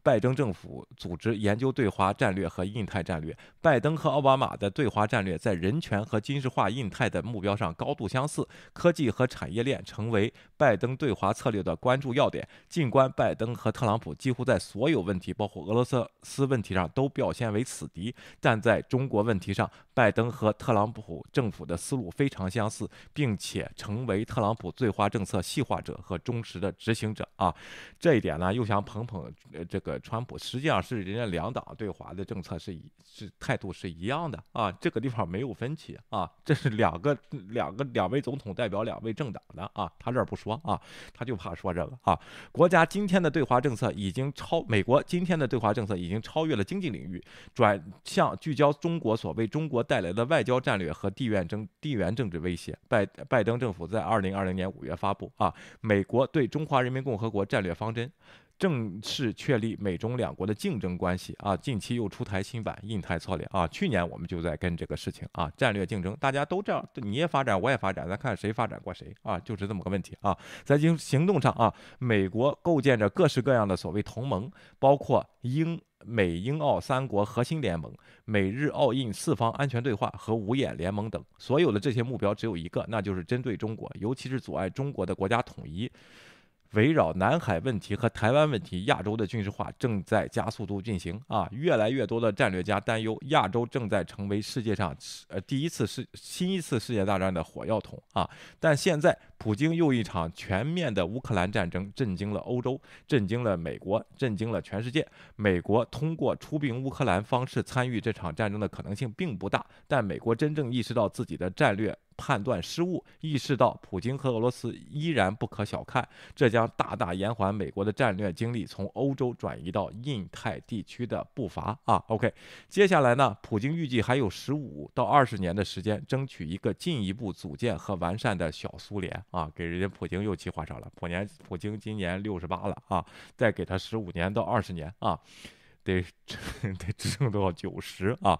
拜登政府组织研究对华战略和印太战略。拜登和奥巴马的对华战略在人权和军事化印太的目标上高度相似，科技和产业链成为拜登对华策略的关注要点。尽管拜登和特朗普几乎在所有问题，包括俄罗斯问题上都表现为死敌，但在中国问题上，拜登和特朗普政府的思路非常相似，并且成为特朗普对华政策细化者和忠实的执行者啊。这一点呢，又想捧这个川普，实际上是人家两党对华的政策是态度是一样的啊，这个地方没有分歧啊，这是两位总统代表两位政党的啊，他这儿不说啊，他就怕说这个啊。国家今天的对华政策已经美国今天的对华政策已经超越了经济领域，转向聚焦中国所为中国带来的外交战略和地缘政治威胁。拜登政府在2020年5月发布啊，美国对中华人民共和国战略方针，正式确立美中两国的竞争关系啊。近期又出台新版印太策略啊。去年我们就在跟这个事情啊，战略竞争，大家都这样，你也发展，我也发展，咱看谁发展过谁啊，就是这么个问题啊。在行动上啊，美国构建着各式各样的所谓同盟，包括美英澳三国核心联盟、美日澳印四方安全对话和五眼联盟等。所有的这些目标只有一个，那就是针对中国，尤其是阻碍中国的国家统一。围绕南海问题和台湾问题，亚洲的军事化正在加速度进行啊！越来越多的战略家担忧，亚洲正在成为世界上新一次世界大战的火药桶啊！但现在，普京又一场全面的乌克兰战争震惊了欧洲，震惊了美国，震惊了全世界。美国通过出兵乌克兰方式参与这场战争的可能性并不大，但美国真正意识到自己的战略判断失误，意识到普京和俄罗斯依然不可小看，这将大大延缓美国的战略精力从欧洲转移到印太地区的步伐啊。OK， 接下来呢，普京预计还有15到20年的时间，争取一个进一步组建和完善的小苏联啊，给人家普京又计划上了。普京今年68了啊，再给他15年到20年啊。得只剩多少90啊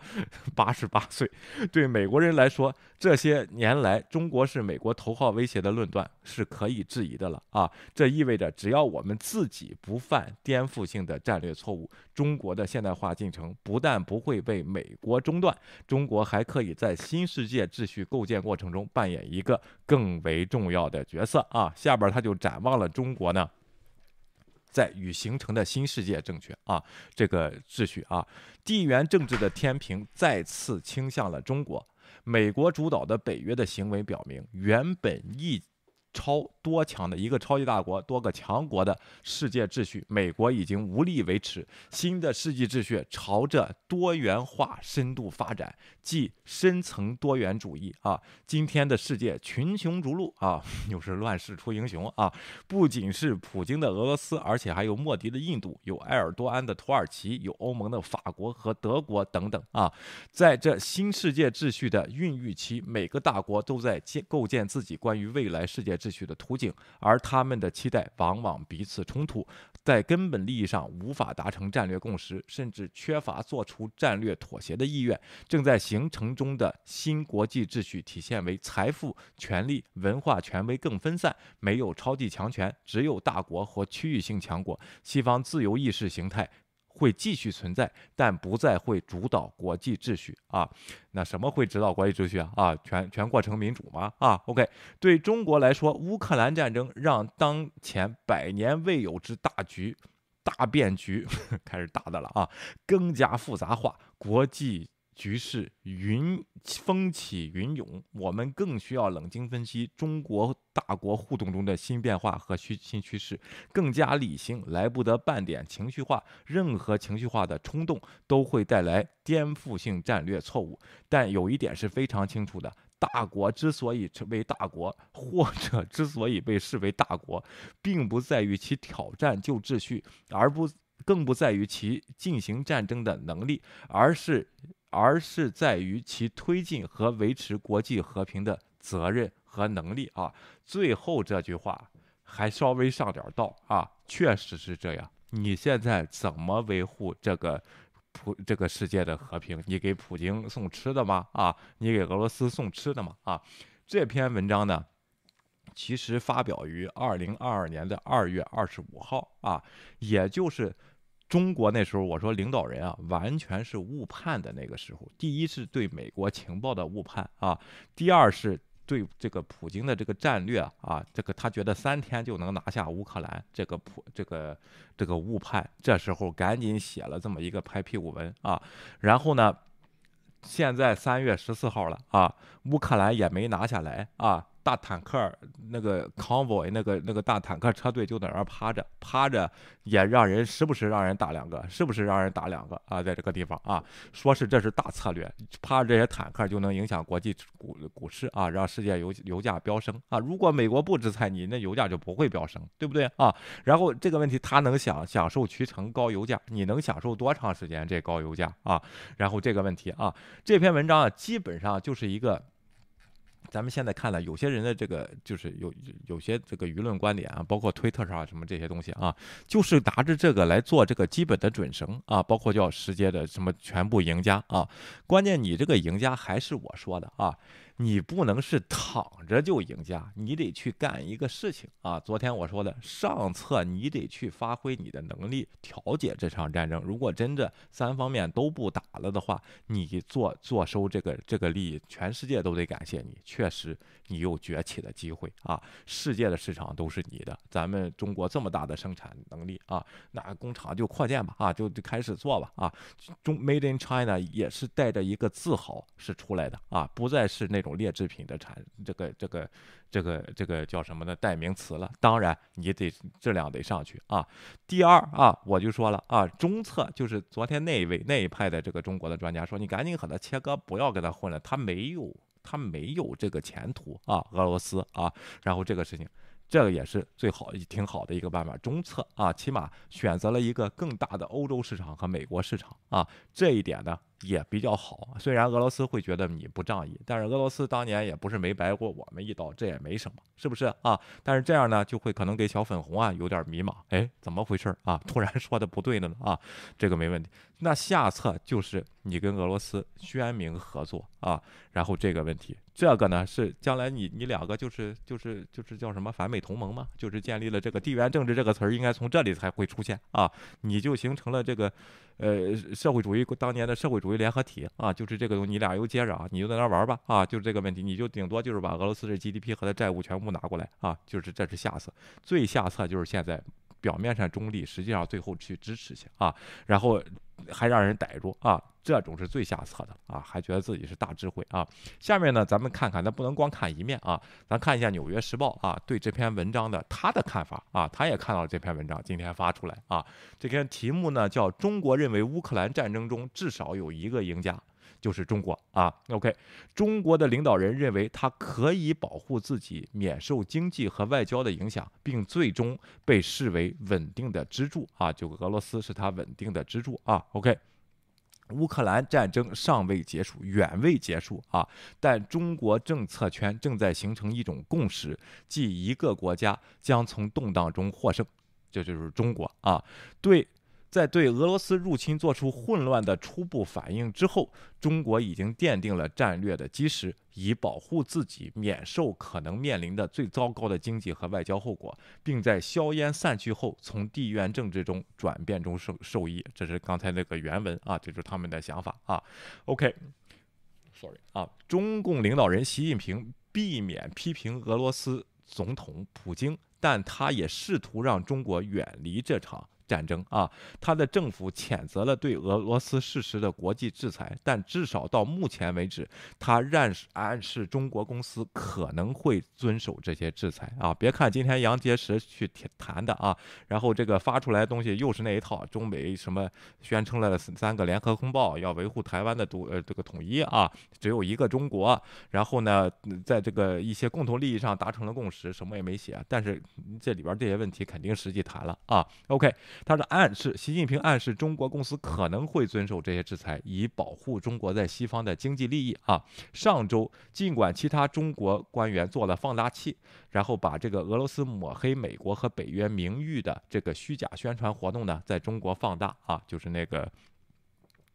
，88岁。对美国人来说，这些年来中国是美国头号威胁的论断是可以质疑的了啊。这意味着只要我们自己不犯颠覆性的战略错误，中国的现代化进程不但不会被美国中断，中国还可以在新世界秩序构建过程中扮演一个更为重要的角色啊。下边他就展望了中国呢在与形成的新世界正确啊，这个秩序啊，地缘政治的天平再次倾向了中国。美国主导的北约的行为表明，原本一超多强的一个超级大国、多个强国的世界秩序，美国已经无力维持。新的世纪秩序朝着多元化深度发展，即深层多元主义啊。今天的世界群雄逐鹿啊，又是乱世出英雄啊！不仅是普京的俄罗斯，而且还有莫迪的印度，有埃尔多安的土耳其，有欧盟的法国和德国等等啊。在这新世界秩序的孕育期，每个大国都在构建自己关于未来世界秩序的图景，而他们的期待往往彼此冲突，在根本利益上无法达成战略共识，甚至缺乏做出战略妥协的意愿。正在形成中的新国际秩序体现为财富、权力、文化权威更分散，没有超级强权，只有大国或区域性强国。西方自由意识形态会继续存在，但不再会主导国际秩序啊。那什么会指导国际秩序啊？全过程民主吗？啊 ，OK。对中国来说，乌克兰战争让当前100年未有之大变局开始大的了啊，更加复杂化，国际局势风起云涌，我们更需要冷静分析中国大国互动中的新变化和新趋势，更加理性，来不得半点情绪化。任何情绪化的冲动都会带来颠覆性战略错误。但有一点是非常清楚的，大国之所以成为大国，或者之所以被视为大国，并不在于其挑战旧秩序，更不在于其进行战争的能力，而是在于其推进和维持国际和平的责任和能力啊。最后这句话还稍微上点道啊，确实是这样。你现在怎么维护这个世界的和平？你给普京送吃的吗？啊，你给俄罗斯送吃的吗？啊，这篇文章呢，其实发表于2022年2月25号啊，也就是中国那时候我说领导人啊，完全是误判的那个时候。第一是对美国情报的误判啊，第二是对这个普京的这个战略啊，这个他觉得3天就能拿下乌克兰，这个误判，这时候赶紧写了这么一个拍屁股文啊。然后呢，现在3月14号了啊，乌克兰也没拿下来啊。大坦克那个 convoy 那个大坦克车队就在那儿趴着，也让人时不时让人打2个，时不时让人打2个啊，在这个地方啊，说是这是大策略，趴着这些坦克就能影响国际股市啊，让世界油价飙升啊。如果美国不制裁你，那油价就不会飙升，对不对啊？然后这个问题他能享受渠成高油价，你能享受多长时间这高油价啊？然后这个问题啊，这篇文章啊，基本上就是一个。咱们现在看了有些人的这个，就是有些这个舆论观点啊，包括推特上什么这些东西啊，就是拿着这个来做这个基本的准绳啊，包括叫世界的什么全部赢家啊，关键你这个赢家还是我说的啊。你不能是躺着就赢家，你得去干一个事情啊！昨天我说的上策，你得去发挥你的能力，调解这场战争。如果真的3方面都不打了的话，你坐收这个利益，全世界都得感谢你。确实，你有崛起的机会啊！世界的市场都是你的，咱们中国这么大的生产能力啊，那工厂就扩建吧啊，就开始做吧啊！Made in China 也是带着一个自豪是出来的啊，不再是那种劣质品的这个叫什么的代名词了。当然你得质量得上去啊。第二啊，我就说了啊，中策就是昨天那一派的这个中国的专家说，你赶紧和他切割，不要跟他混了，他没有这个前途啊，俄罗斯啊。然后这个事情。这个也是挺好的一个办法，中策啊，起码选择了一个更大的欧洲市场和美国市场啊，这一点呢也比较好。虽然俄罗斯会觉得你不仗义，但是俄罗斯当年也不是没白过我们一刀，这也没什么，是不是啊？但是这样呢，就会可能给小粉红啊有点迷茫，哎，怎么回事啊？突然说的不对了呢啊，这个没问题。那下策就是你跟俄罗斯宣明合作啊，然后这个问题，这个呢是将来你2个就是叫什么反美同盟嘛，就是建立了这个地缘政治这个词儿，应该从这里才会出现啊，你就形成了这个社会主义当年的社会主义联合体啊，就是这个东西，你俩又接着啊，你就在那玩吧啊，就是这个问题，你就顶多就是把俄罗斯的 GDP 和它债务全部拿过来啊，就是这是下策，最下策就是现在表面上中立，实际上最后去支持去啊，然后还让人逮住啊，这种是最下策的啊，还觉得自己是大智慧啊。下面呢，咱们看看，咱不能光看一面啊，咱看一下《纽约时报》啊对这篇文章的他的看法啊，他也看到了这篇文章，今天发出来啊。这篇题目呢叫《中国认为乌克兰战争中至少有一个赢家》。就是中国啊 ，OK， 中国的领导人认为他可以保护自己免受经济和外交的影响，并最终被视为稳定的支柱啊，就俄罗斯是他稳定的支柱啊 ，OK。乌克兰战争尚未结束，远未结束啊！但中国政策圈正在形成一种共识，即一个国家将从动荡中获胜，这就是中国啊！在对俄罗斯入侵做出混乱的初步反应之后，中国已经奠定了战略的基石，以保护自己免受可能面临的最糟糕的经济和外交后果，并在硝烟散去后从地缘政治中转变中受益。这是刚才那个原文啊，这就是他们的想法啊。OK，sorry 啊，中共领导人习近平避免批评俄罗斯总统普京，但他也试图让中国远离这场战争啊，他的政府谴责了对俄罗斯实施的国际制裁，但至少到目前为止，他暗示中国公司可能会遵守这些制裁啊。别看今天杨洁篪去谈的啊，然后这个发出来的东西又是那一套，中美什么宣称了3个联合公报，要维护台湾的这个统一啊，只有一个中国，然后呢，在这个一些共同利益上达成了共识，什么也没写，但是这里边这些问题肯定实际谈了啊。OK。他是习近平暗示中国公司可能会遵守这些制裁，以保护中国在西方的经济利益啊。上周，尽管其他中国官员做了放大器，然后把这个俄罗斯抹黑美国和北约名誉的这个虚假宣传活动呢，在中国放大啊，就是那个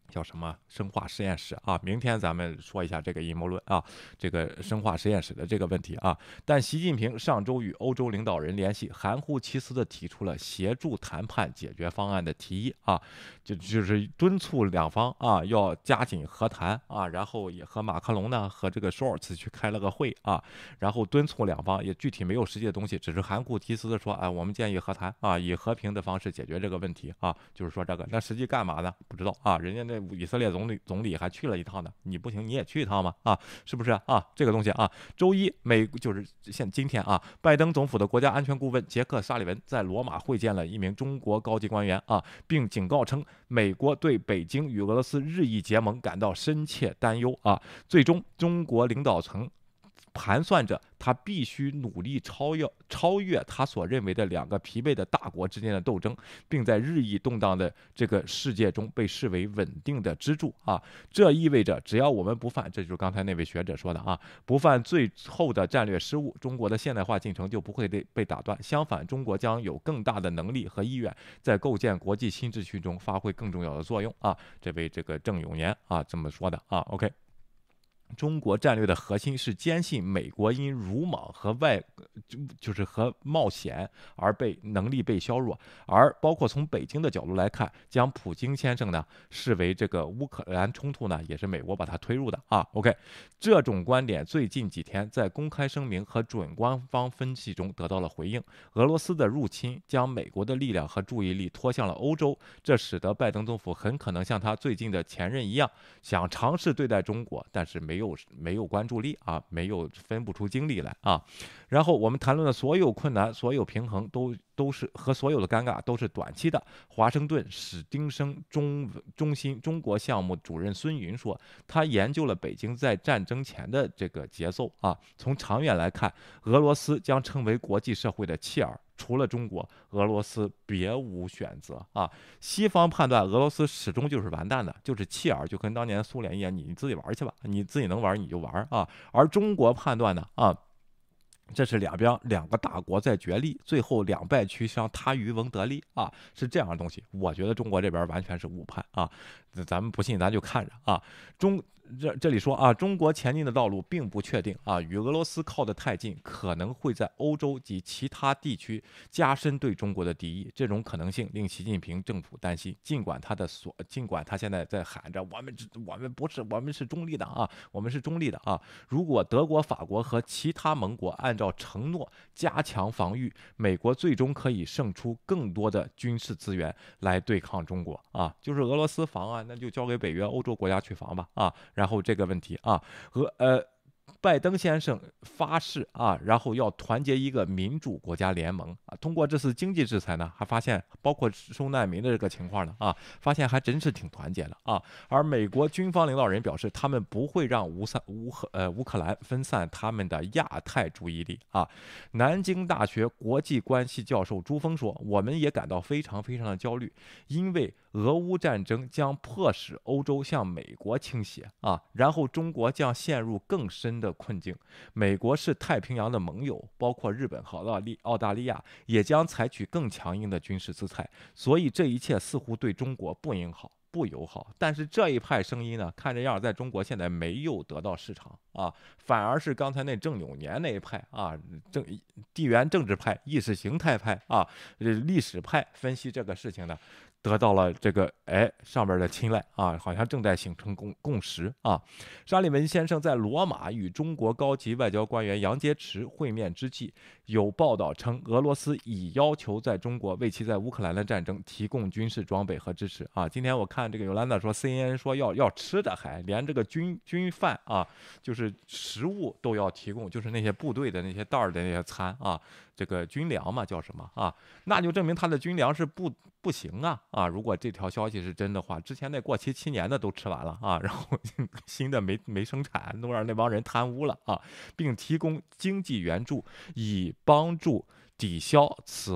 叫什么生化实验室啊？明天咱们说一下这个阴谋论啊，这个生化实验室的这个问题啊。但习近平上周与欧洲领导人联系，含糊其辞地提出了协助谈判解决方案的提议啊，就是敦促两方啊要加紧和谈啊，然后也和马克龙呢和这个舒尔茨去开了个会啊，然后敦促两方也具体没有实际的东西，只是含糊其辞的说，哎，我们建议和谈啊，以和平的方式解决这个问题啊，就是说这个，那实际干嘛呢？不知道啊，人家那以色列总理还去了一趟呢，你不行你也去一趟吗？啊，是不是啊？这个东西啊，周一就是今天啊，拜登总府的国家安全顾问杰克·沙利文在罗马会见了一名中国高级官员啊，并警告称，美国对北京与俄罗斯日益结盟感到深切担忧啊。最终，中国领导层盘算着他必须努力超越他所认为的两个疲惫的大国之间的斗争，并在日益动荡的这个世界中被视为稳定的支柱啊。这意味着，只要我们不犯，这就是刚才那位学者说的啊，不犯最后的战略失误，中国的现代化进程就不会被打断。相反，中国将有更大的能力和意愿，在构建国际新秩序中发挥更重要的作用啊。这位这个郑永年啊这么说的啊。OK。中国战略的核心是坚信美国因鲁莽和就是和冒险而能力被削弱，而包括从北京的角度来看，将普京先生呢视为这个乌克兰冲突呢也是美国把他推入的啊。OK， 这种观点最近几天在公开声明和准官方分析中得到了回应。俄罗斯的入侵将美国的力量和注意力拖向了欧洲，这使得拜登政府很可能像他最近的前任一样，想尝试对待中国，但是没有关注力啊，没有分不出精力来啊。然后我们谈论的所有困难、所有平衡都是和所有的尴尬都是短期的。华盛顿史丁生中心中国项目主任孙云说，他研究了北京在战争前的这个节奏啊。从长远来看，俄罗斯将成为国际社会的弃儿。除了中国，俄罗斯别无选择啊！西方判断俄罗斯始终就是完蛋的，就是弃儿，就跟当年苏联一样，你自己玩去吧，你自己能玩你就玩啊。而中国判断呢啊，这是两个大国在角力，最后两败俱伤，他渔翁得利啊，是这样的东西。我觉得中国这边完全是误判啊，咱们不信咱就看着啊。这里说啊，中国前进的道路并不确定啊，与俄罗斯靠得太近，可能会在欧洲及其他地区加深对中国的敌意。这种可能性令习近平政府担心。尽管他现在在喊着我们是中立的啊，我们是中立的啊。如果德国、法国和其他盟国按照承诺加强防御，美国最终可以胜出更多的军事资源来对抗中国啊。就是俄罗斯防啊，那就交给北约、欧洲国家去防吧啊。然后这个问题啊，拜登先生发誓啊，然后要团结一个民主国家联盟啊。通过这次经济制裁呢，还发现包括收难民的这个情况呢啊，发现还真是挺团结的啊。而美国军方领导人表示，他们不会让乌克兰分散他们的亚太注意力啊。南京大学国际关系教授朱峰说，我们也感到非常非常的焦虑，因为俄乌战争将迫使欧洲向美国倾斜啊，然后中国将陷入更深的困境。美国是太平洋的盟友，包括日本和澳大利亚，也将采取更强硬的军事姿态。所以这一切似乎对中国不友好。但是这一派声音呢，看这样在中国现在没有得到市场啊，反而是刚才那郑永年那一派啊，地缘政治派、意识形态派啊、历史派分析这个事情呢，得到了这个上边的青睐啊，好像正在形成共识啊。沙利文先生在罗马与中国高级外交官员杨洁篪会面之际，有报道称俄罗斯已要求在中国为其在乌克兰的战争提供军事装备和支持啊。今天我看这个尤兰达说 CNN 说要吃的，还连这个军饭啊，就是食物都要提供，就是那些部队的那些袋儿的那些餐啊，这个军粮嘛叫什么啊？那就证明他的军粮是不行啊！如果这条消息是真的话，之前那过期7年的都吃完了啊，然后新的没生产，都让那帮人贪污了啊，并提供经济援助以帮助抵消此后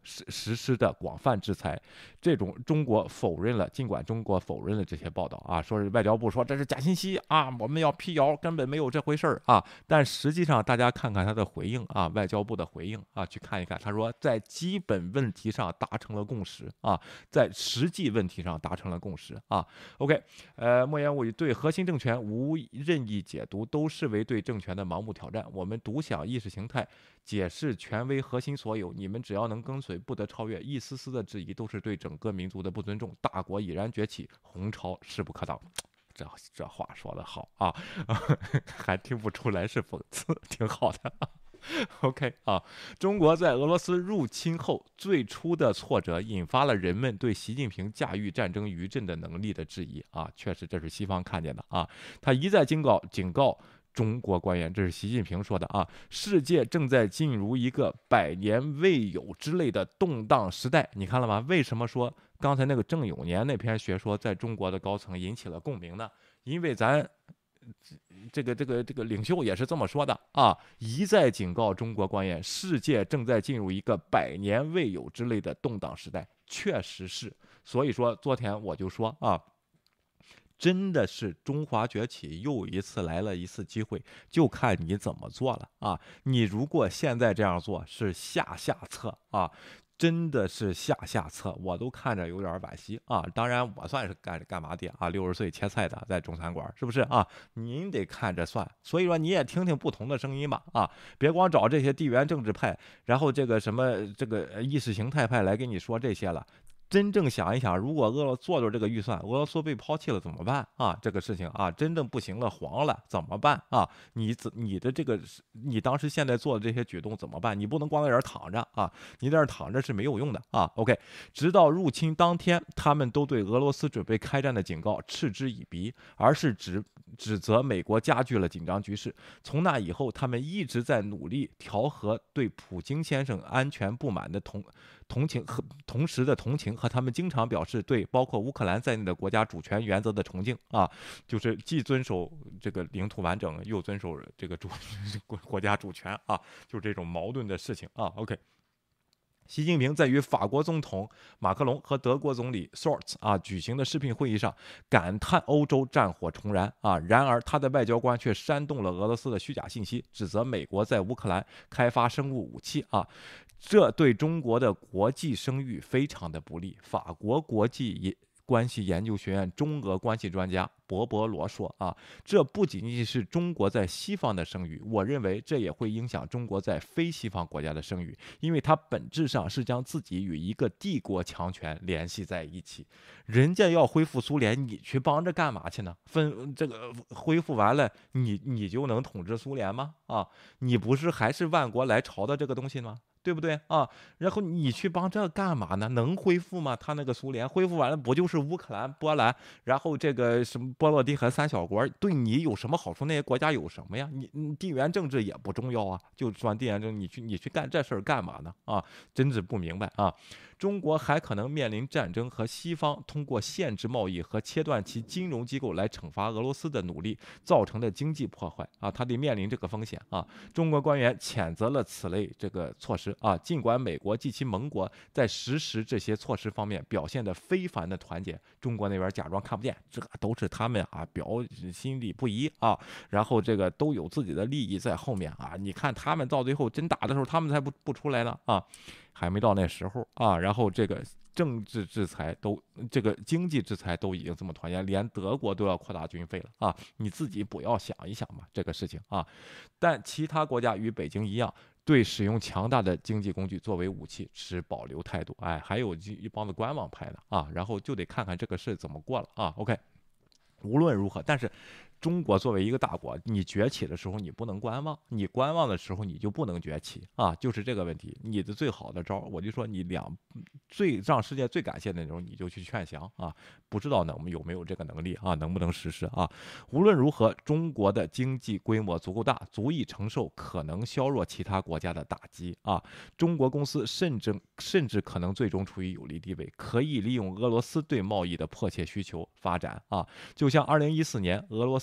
实施的广泛制裁。这种中国否认了，尽管中国否认了这些报道啊，说是外交部说这是假信息啊，我们要辟谣，根本没有这回事儿啊。但实际上大家看看他的回应啊，外交部的回应啊，去看一看，他说在基本问题上达成了共识啊，在实际问题上达成了共识啊。OK，莫言无语，对核心政权无任意解读，都视为对政权的盲目挑战。我们独享意识形态，解释权威核心所有，你们只要能跟随，不得超越。一丝丝的质疑都是对整个民族的不尊重。大国已然崛起，洪潮势不可挡。这话说得好啊，还听不出来是讽刺，挺好的。OK 啊，中国在俄罗斯入侵后最初的挫折，引发了人们对习近平驾驭战争余震的能力的质疑啊。确实，这是西方看见的啊。他一再警告中国官员，这是习近平说的啊，世界正在进入一个百年未有之类的动荡时代。你看了吗？为什么说刚才那个郑永年那篇学说在中国的高层引起了共鸣呢？因为咱这个领袖也是这么说的啊，一再警告中国官员，世界正在进入一个百年未有之类的动荡时代。确实是，所以说昨天我就说啊，真的是中华崛起又一次来了一次机会，就看你怎么做了啊！你如果现在这样做是下策啊，真的是下策，我都看着有点惋惜啊。当然我算是干嘛的啊，60岁切菜的，在中餐馆，是不是啊？您得看着算，所以说你也听听不同的声音吧啊，别光找这些地缘政治派，然后这个什么这个意识形态派来跟你说这些了。真正想一想，如果做这个预算，俄罗斯被抛弃了怎么办啊？这个事情啊，真正不行了，黄了怎么办啊？你的这个，你当时现在做的这些举动怎么办？你不能光在这儿躺着啊！你在这儿躺着是没有用的啊。OK， 直到入侵当天，他们都对俄罗斯准备开战的警告嗤之以鼻，而是指责美国加剧了紧张局势。从那以后，他们一直在努力调和对普京先生安全不满的同情和同时的同情和他们经常表示对包括乌克兰在内的国家主权原则的崇敬啊，就是既遵守这个领土完整，又遵守这个国家主权啊，就是这种矛盾的事情啊。OK。习近平在与法国总统马克龙和德国总理 Scholz 啊举行的视频会议上，感叹欧洲战火重燃啊。然而，他的外交官却煽动了俄罗斯的虚假信息，指责美国在乌克兰开发生物武器啊。这对中国的国际声誉非常的不利。法国国际关系研究学院中俄关系专家博博罗说啊，这不仅仅是中国在西方的声誉，我认为这也会影响中国在非西方国家的声誉，因为它本质上是将自己与一个帝国强权联系在一起。人家要恢复苏联，你去帮着干嘛去呢？这个恢复完了，你就能统治苏联吗？啊，你不是还是万国来朝的这个东西吗？对不对啊？然后你去帮这干嘛呢？能恢复吗？他那个苏联恢复完了，不就是乌克兰、波兰，然后这个什么波罗的海三小国，对你有什么好处？那些国家有什么呀？你地缘政治也不重要啊，就说地缘政治，你去干这事儿干嘛呢？啊，真是不明白啊！中国还可能面临战争和西方通过限制贸易和切断其金融机构来惩罚俄罗斯的努力造成的经济破坏啊，他得面临这个风险啊。中国官员谴责了此类这个措施啊，尽管美国及其盟国在实施这些措施方面表现得非凡的团结，中国那边假装看不见，这都是他们啊心里不一啊，然后这个都有自己的利益在后面啊。你看他们到最后真打的时候，他们才不出来呢啊。还没到那时候啊，然后这个政治制裁都，这个经济制裁都已经这么团结，连德国都要扩大军费了啊！你自己不要想一想嘛，这个事情啊。但其他国家与北京一样，对使用强大的经济工具作为武器持保留态度。哎，还有一帮子观望派的啊，然后就得看看这个事怎么过了啊。OK， 无论如何，但是中国作为一个大国，你崛起的时候你不能观望，你观望的时候你就不能崛起啊，就是这个问题。你的最好的招，我就说你最让世界最感谢的那种，你就去劝降啊，不知道有没有这个能力啊，能不能实施啊？无论如何，中国的经济规模足够大，足以承受可能削弱其他国家的打击啊。中国公司甚至可能最终处于有利地位，可以利用俄罗斯对贸易的迫切需求发展啊。就像2014年俄罗斯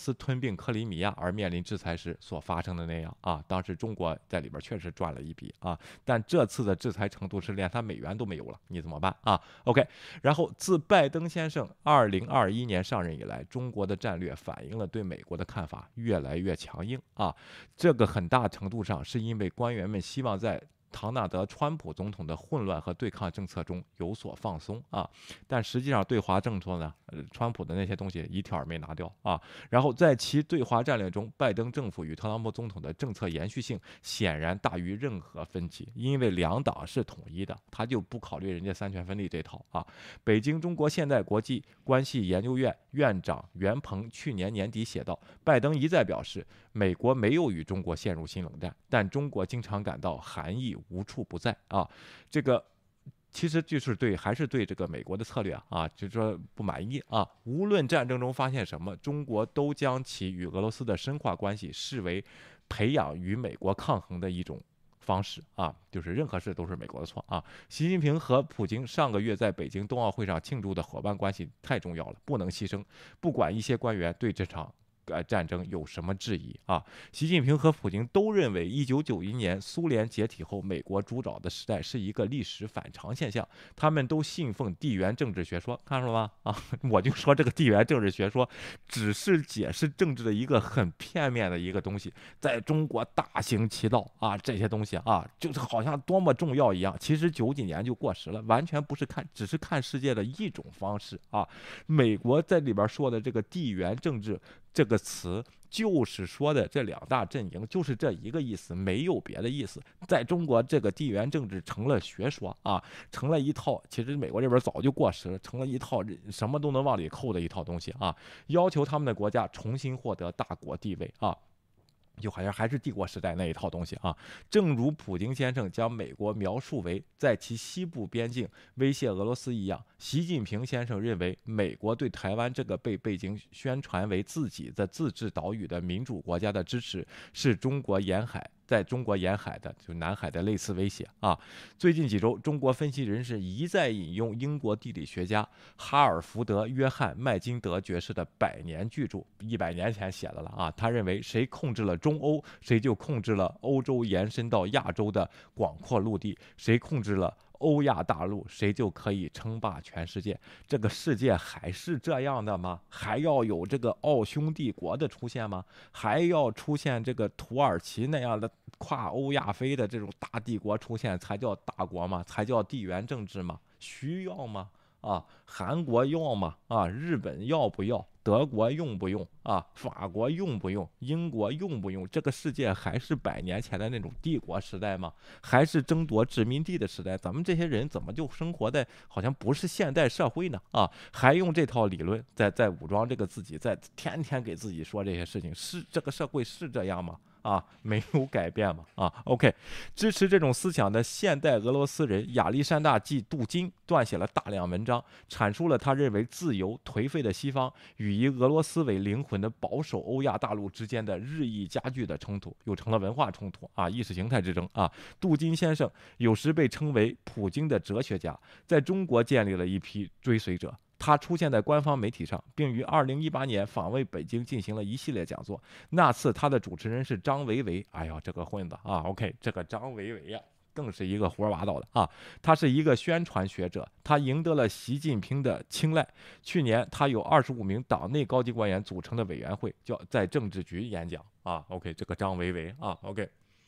斯吞并克里米亚而面临制裁时所发生的那样啊。当时中国在里边确实赚了一笔啊，但这次的制裁程度是连他美元都没有了，你怎么办啊 ？OK， 然后自拜登先生2021年上任以来，中国的战略反映了对美国的看法越来越强硬啊。这个很大程度上是因为官员们希望在唐纳德·川普总统的混乱和对抗政策中有所放松啊，但实际上对华政策呢，川普的那些东西一条也没拿掉啊。然后在其对华战略中，拜登政府与特朗普总统的政策延续性显然大于任何分歧，因为两党是统一的，他就不考虑人家三权分立这套啊。北京中国现代国际关系研究院院长袁鹏去年年底写道，拜登一再表示，美国没有与中国陷入新冷战，但中国经常感到含义无处不在啊。这个其实就是还是对这个美国的策略啊，就是说不满意啊。无论战争中发现什么，中国都将其与俄罗斯的深化关系视为培养与美国抗衡的一种方式啊，就是任何事都是美国的错啊。习近平和普京上个月在北京冬奥会上庆祝的伙伴关系太重要了，不能牺牲。不管一些官员对这场战争有什么质疑啊？习近平和普京都认为，1991年苏联解体后，美国主导的时代是一个历史反常现象。他们都信奉地缘政治学说，看出了吗？啊，我就说这个地缘政治学说只是解释政治的一个很片面的一个东西，在中国大行其道啊，这些东西啊，就是好像多么重要一样。其实90几年就过时了，完全不是只是看世界的一种方式啊。美国在里边说的这个地缘政治这个词，就是说的这两大阵营，就是这一个意思，没有别的意思。在中国，这个地缘政治成了学说啊，成了一套，其实美国这边早就过时了，成了一套什么都能往里扣的一套东西啊，要求他们的国家重新获得大国地位啊。就好像还是帝国时代那一套东西啊，正如普京先生将美国描述为在其西部边境威胁俄罗斯一样，习近平先生认为美国对台湾这个被北京宣传为自己的自治岛屿的民主国家的支持，是中国沿海在中国沿海的，就南海的类似威胁啊。最近几周，中国分析人士一再引用英国地理学家哈尔福德·约翰·麦金德爵士的100年巨著，100年前写的了啊。他认为，谁控制了中欧，谁就控制了欧洲延伸到亚洲的广阔陆地；谁控制了欧亚大陆，谁就可以称霸全世界。这个世界还是这样的吗？还要有这个奥匈帝国的出现吗？还要出现这个土耳其那样的跨欧亚非的这种大帝国出现才叫大国吗？才叫地缘政治吗？需要吗？啊，韩国要吗？啊，日本要不要？德国用不用？啊，法国用不用？英国用不用？这个世界还是100年前的那种帝国时代吗？还是争夺殖民地的时代？咱们这些人怎么就生活在好像不是现代社会呢？啊，还用这套理论在武装这个自己，在天天给自己说这些事情，是这个社会是这样吗？啊，没有改变嘛啊 ，OK， 支持这种思想的现代俄罗斯人亚历山大·季杜金撰写了大量文章，阐述了他认为自由颓废的西方与以俄罗斯为灵魂的保守欧亚大陆之间的日益加剧的冲突，又成了文化冲突啊，意识形态之争啊。杜金先生有时被称为普京的哲学家，在中国建立了一批追随者。他出现在官方媒体上，并于2018年访问北京进行了一系列讲座。那次他的主持人是张维为，哎呀，这个混子啊 ，OK， 这个张维为呀，更是一个胡说八道的啊。他是一个宣传学者，他赢得了习近平的青睐。去年，他有25名党内高级官员组成的委员会，叫在政治局演讲啊。OK， 这个张维为啊 ，OK。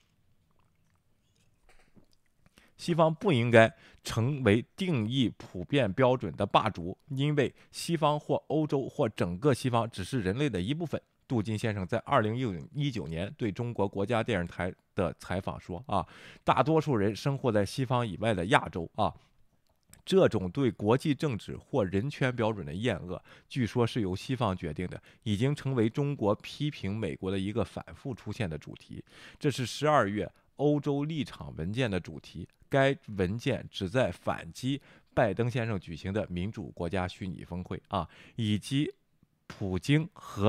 西方不应该成为定义普遍标准的霸主，因为西方或欧洲或整个西方只是人类的一部分。杜金先生在2019年对中国国家电视台的采访说：“啊，大多数人生活在西方以外的亚洲啊。”这种对国际政治或人权标准的厌恶，据说是由西方决定的，已经成为中国批评美国的一个反复出现的主题。这是12月欧洲立场文件的主题。该文件旨在反击拜登先生举行的民主国家虚拟峰会啊，以及普京和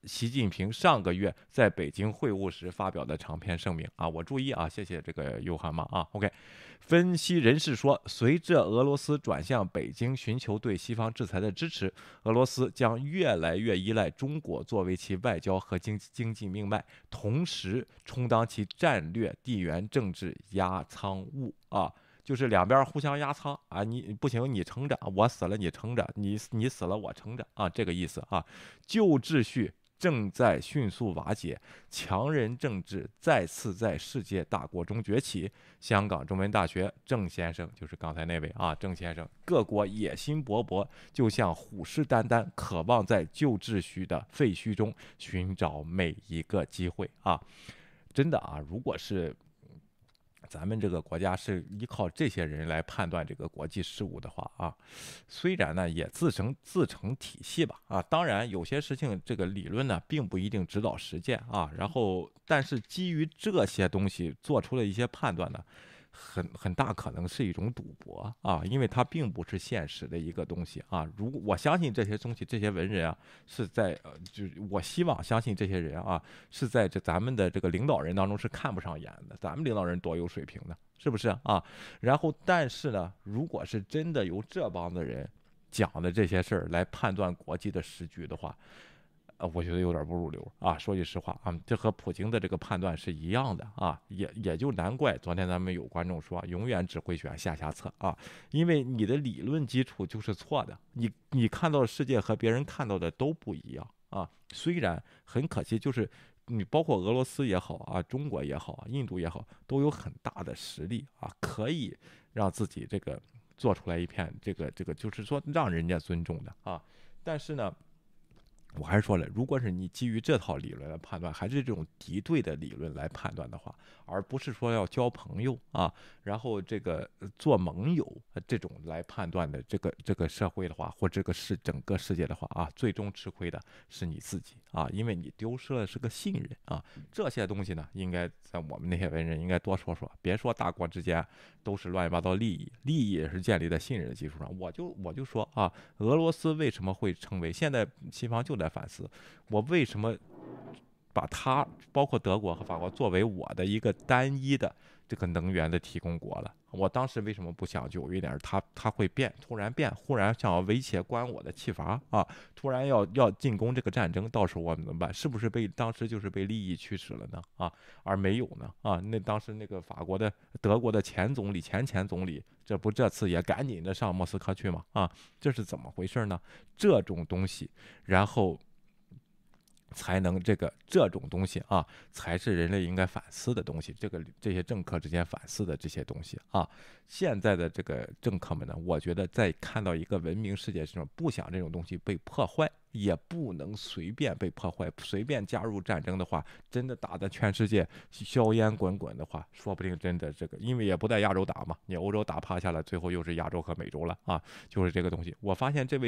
习近平上个月在北京会晤时发表的长篇声明啊，我注意啊，谢谢这个尤涵妈啊。OK， 分析人士说，随着俄罗斯转向北京寻求对西方制裁的支持，俄罗斯将越来越依赖中国作为其外交和经济命脉，同时充当其战略地缘政治压舱物啊。就是两边互相压舱啊，你不行你撑着，我死了你撑着，你死了我撑着啊，这个意思啊。旧秩序正在迅速瓦解，强人政治再次在世界大国中崛起。香港中文大学郑先生，就是刚才那位啊，郑先生，各国野心勃勃，就像虎视眈眈，渴望在旧秩序的废墟中寻找每一个机会啊。真的啊，如果是咱们这个国家是依靠这些人来判断这个国际事务的话啊，虽然呢也自成体系吧啊，当然有些事情这个理论呢并不一定指导实践啊，然后但是基于这些东西做出了一些判断呢，很大可能是一种赌博啊，因为它并不是现实的一个东西啊。我相信这些东西，这些文人啊，是在就是我希望相信这些人啊，是在咱们的这个领导人当中是看不上眼的。咱们领导人多有水平呢，是不是啊？然后，但是呢，如果是真的由这帮的人讲的这些事儿来判断国际的时局的话，我觉得有点不入流啊，说句实话啊，这和普京的这个判断是一样的啊，也就难怪昨天咱们有观众说，永远只会选下策啊，因为你的理论基础就是错的，你看到的世界和别人看到的都不一样啊。虽然很可惜，就是你包括俄罗斯也好啊，中国也好，印度也好，都有很大的实力啊，可以让自己这个做出来一片这个就是说让人家尊重的啊，但是呢。我还是说了，如果是你基于这套理论来判断，还是这种敌对的理论来判断的话，而不是说要交朋友啊，然后这个做盟友这种来判断的这个社会的话，或这个整个世界的话啊，最终吃亏的是你自己啊，因为你丢失了是个信任啊。这些东西呢，应该在我们那些文人应该多说说，别说大国之间都是乱七八糟利益也是建立在信任的基础上。我就说啊，俄罗斯为什么会成为现在西方就在反思，我为什么把它包括德国和法国作为我的一个单一的这个能源的提供国了？我当时为什么不想久一点？它会突然变，忽然想要威胁关我的气阀啊，突然要进攻这个战争，到时候我们怎么办？是不是当时就是被利益驱使了呢？啊，而没有呢？啊，那当时那个德国的前总理前总理，这次也赶紧的上莫斯科去嘛？啊，这是怎么回事呢？这种东西，然后。才能这种东西啊，才是人类应该反思的东西。这些政客之间反思的这些东西啊，现在的这个政客们呢，我觉得在看到一个文明世界之中，不想这种东西被破坏，也不能随便被破坏，随便加入战争的话，真的打得全世界硝烟滚滚的话，说不定真的因为也不在亚洲打嘛，你欧洲打趴下了，最后又是亚洲和美洲了啊，就是这个东西。我发现这位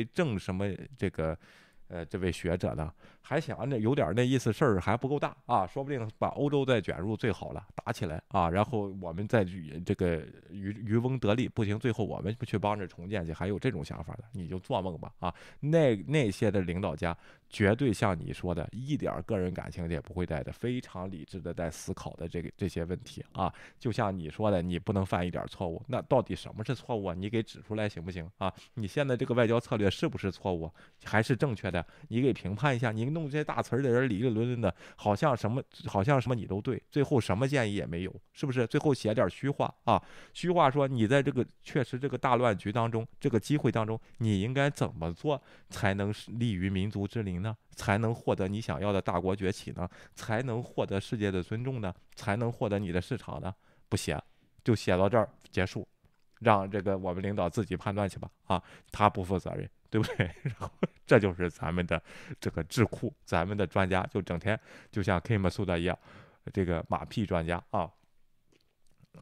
这位学者呢，还想着有点那意思，事儿还不够大啊，说不定把欧洲再卷入最好了，打起来啊，然后我们再这个渔翁得利，不行，最后我们不去帮着重建去，还有这种想法的，你就做梦吧啊！那些的领导家绝对像你说的，一点个人感情也不会带的，非常理智的在思考的这些问题啊，就像你说的，你不能犯一点错误，那到底什么是错误啊？你给指出来行不行啊？你现在这个外交策略是不是错误，还是正确的？你给评判一下，你弄这些大词儿的人理论的，好像什么你都对，最后什么建议也没有，是不是？最后写点虚话啊，虚话说你在确实这个大乱局当中，这个机会当中，你应该怎么做才能利于民族之灵呢？才能获得你想要的大国崛起呢？才能获得世界的尊重呢？才能获得你的市场呢？不写，就写到这儿结束，让我们领导自己判断去吧啊，他不负责任。对不对？然后这就是咱们的这个智库，咱们的专家就整天就像 Kim Masood 一样，这个马屁专家啊。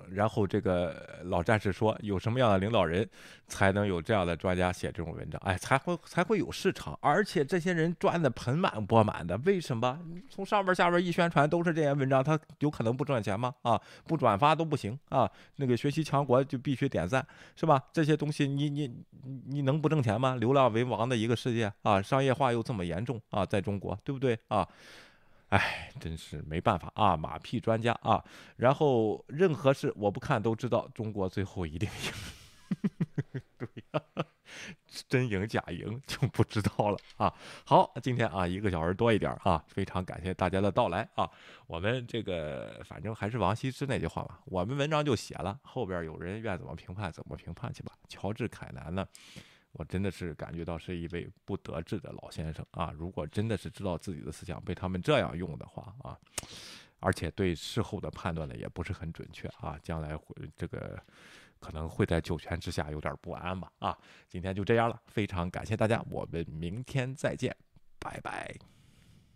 然后这个老战士说，有什么样的领导人才能有这样的专家写这种文章？哎，才会有市场，而且这些人赚的盆满钵满的。为什么？从上边下边一宣传都是这些文章，他有可能不赚钱吗？啊，不转发都不行啊。那个学习强国就必须点赞，是吧？这些东西你能不挣钱吗？流量为王的一个世界啊，商业化又这么严重啊，在中国，对不对啊？哎，真是没办法啊，马屁专家啊。然后任何事我不看都知道，中国最后一定赢。对呀、真赢假赢就不知道了啊。好，今天啊1个小时多一点啊，非常感谢大家的到来啊。我们这个反正还是王羲之那句话吧，我们文章就写了，后边有人愿怎么评判怎么评判去吧。乔治凯南呢？我真的是感觉到是一位不得志的老先生啊！如果真的是知道自己的思想被他们这样用的话啊，而且对事后的判断呢也不是很准确啊，将来会这个可能会在九泉之下有点不安吧啊！今天就这样了，非常感谢大家，我们明天再见，拜拜。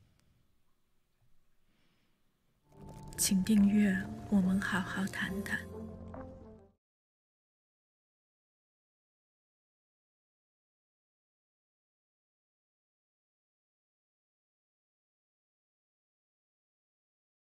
请订阅，我们好好谈谈。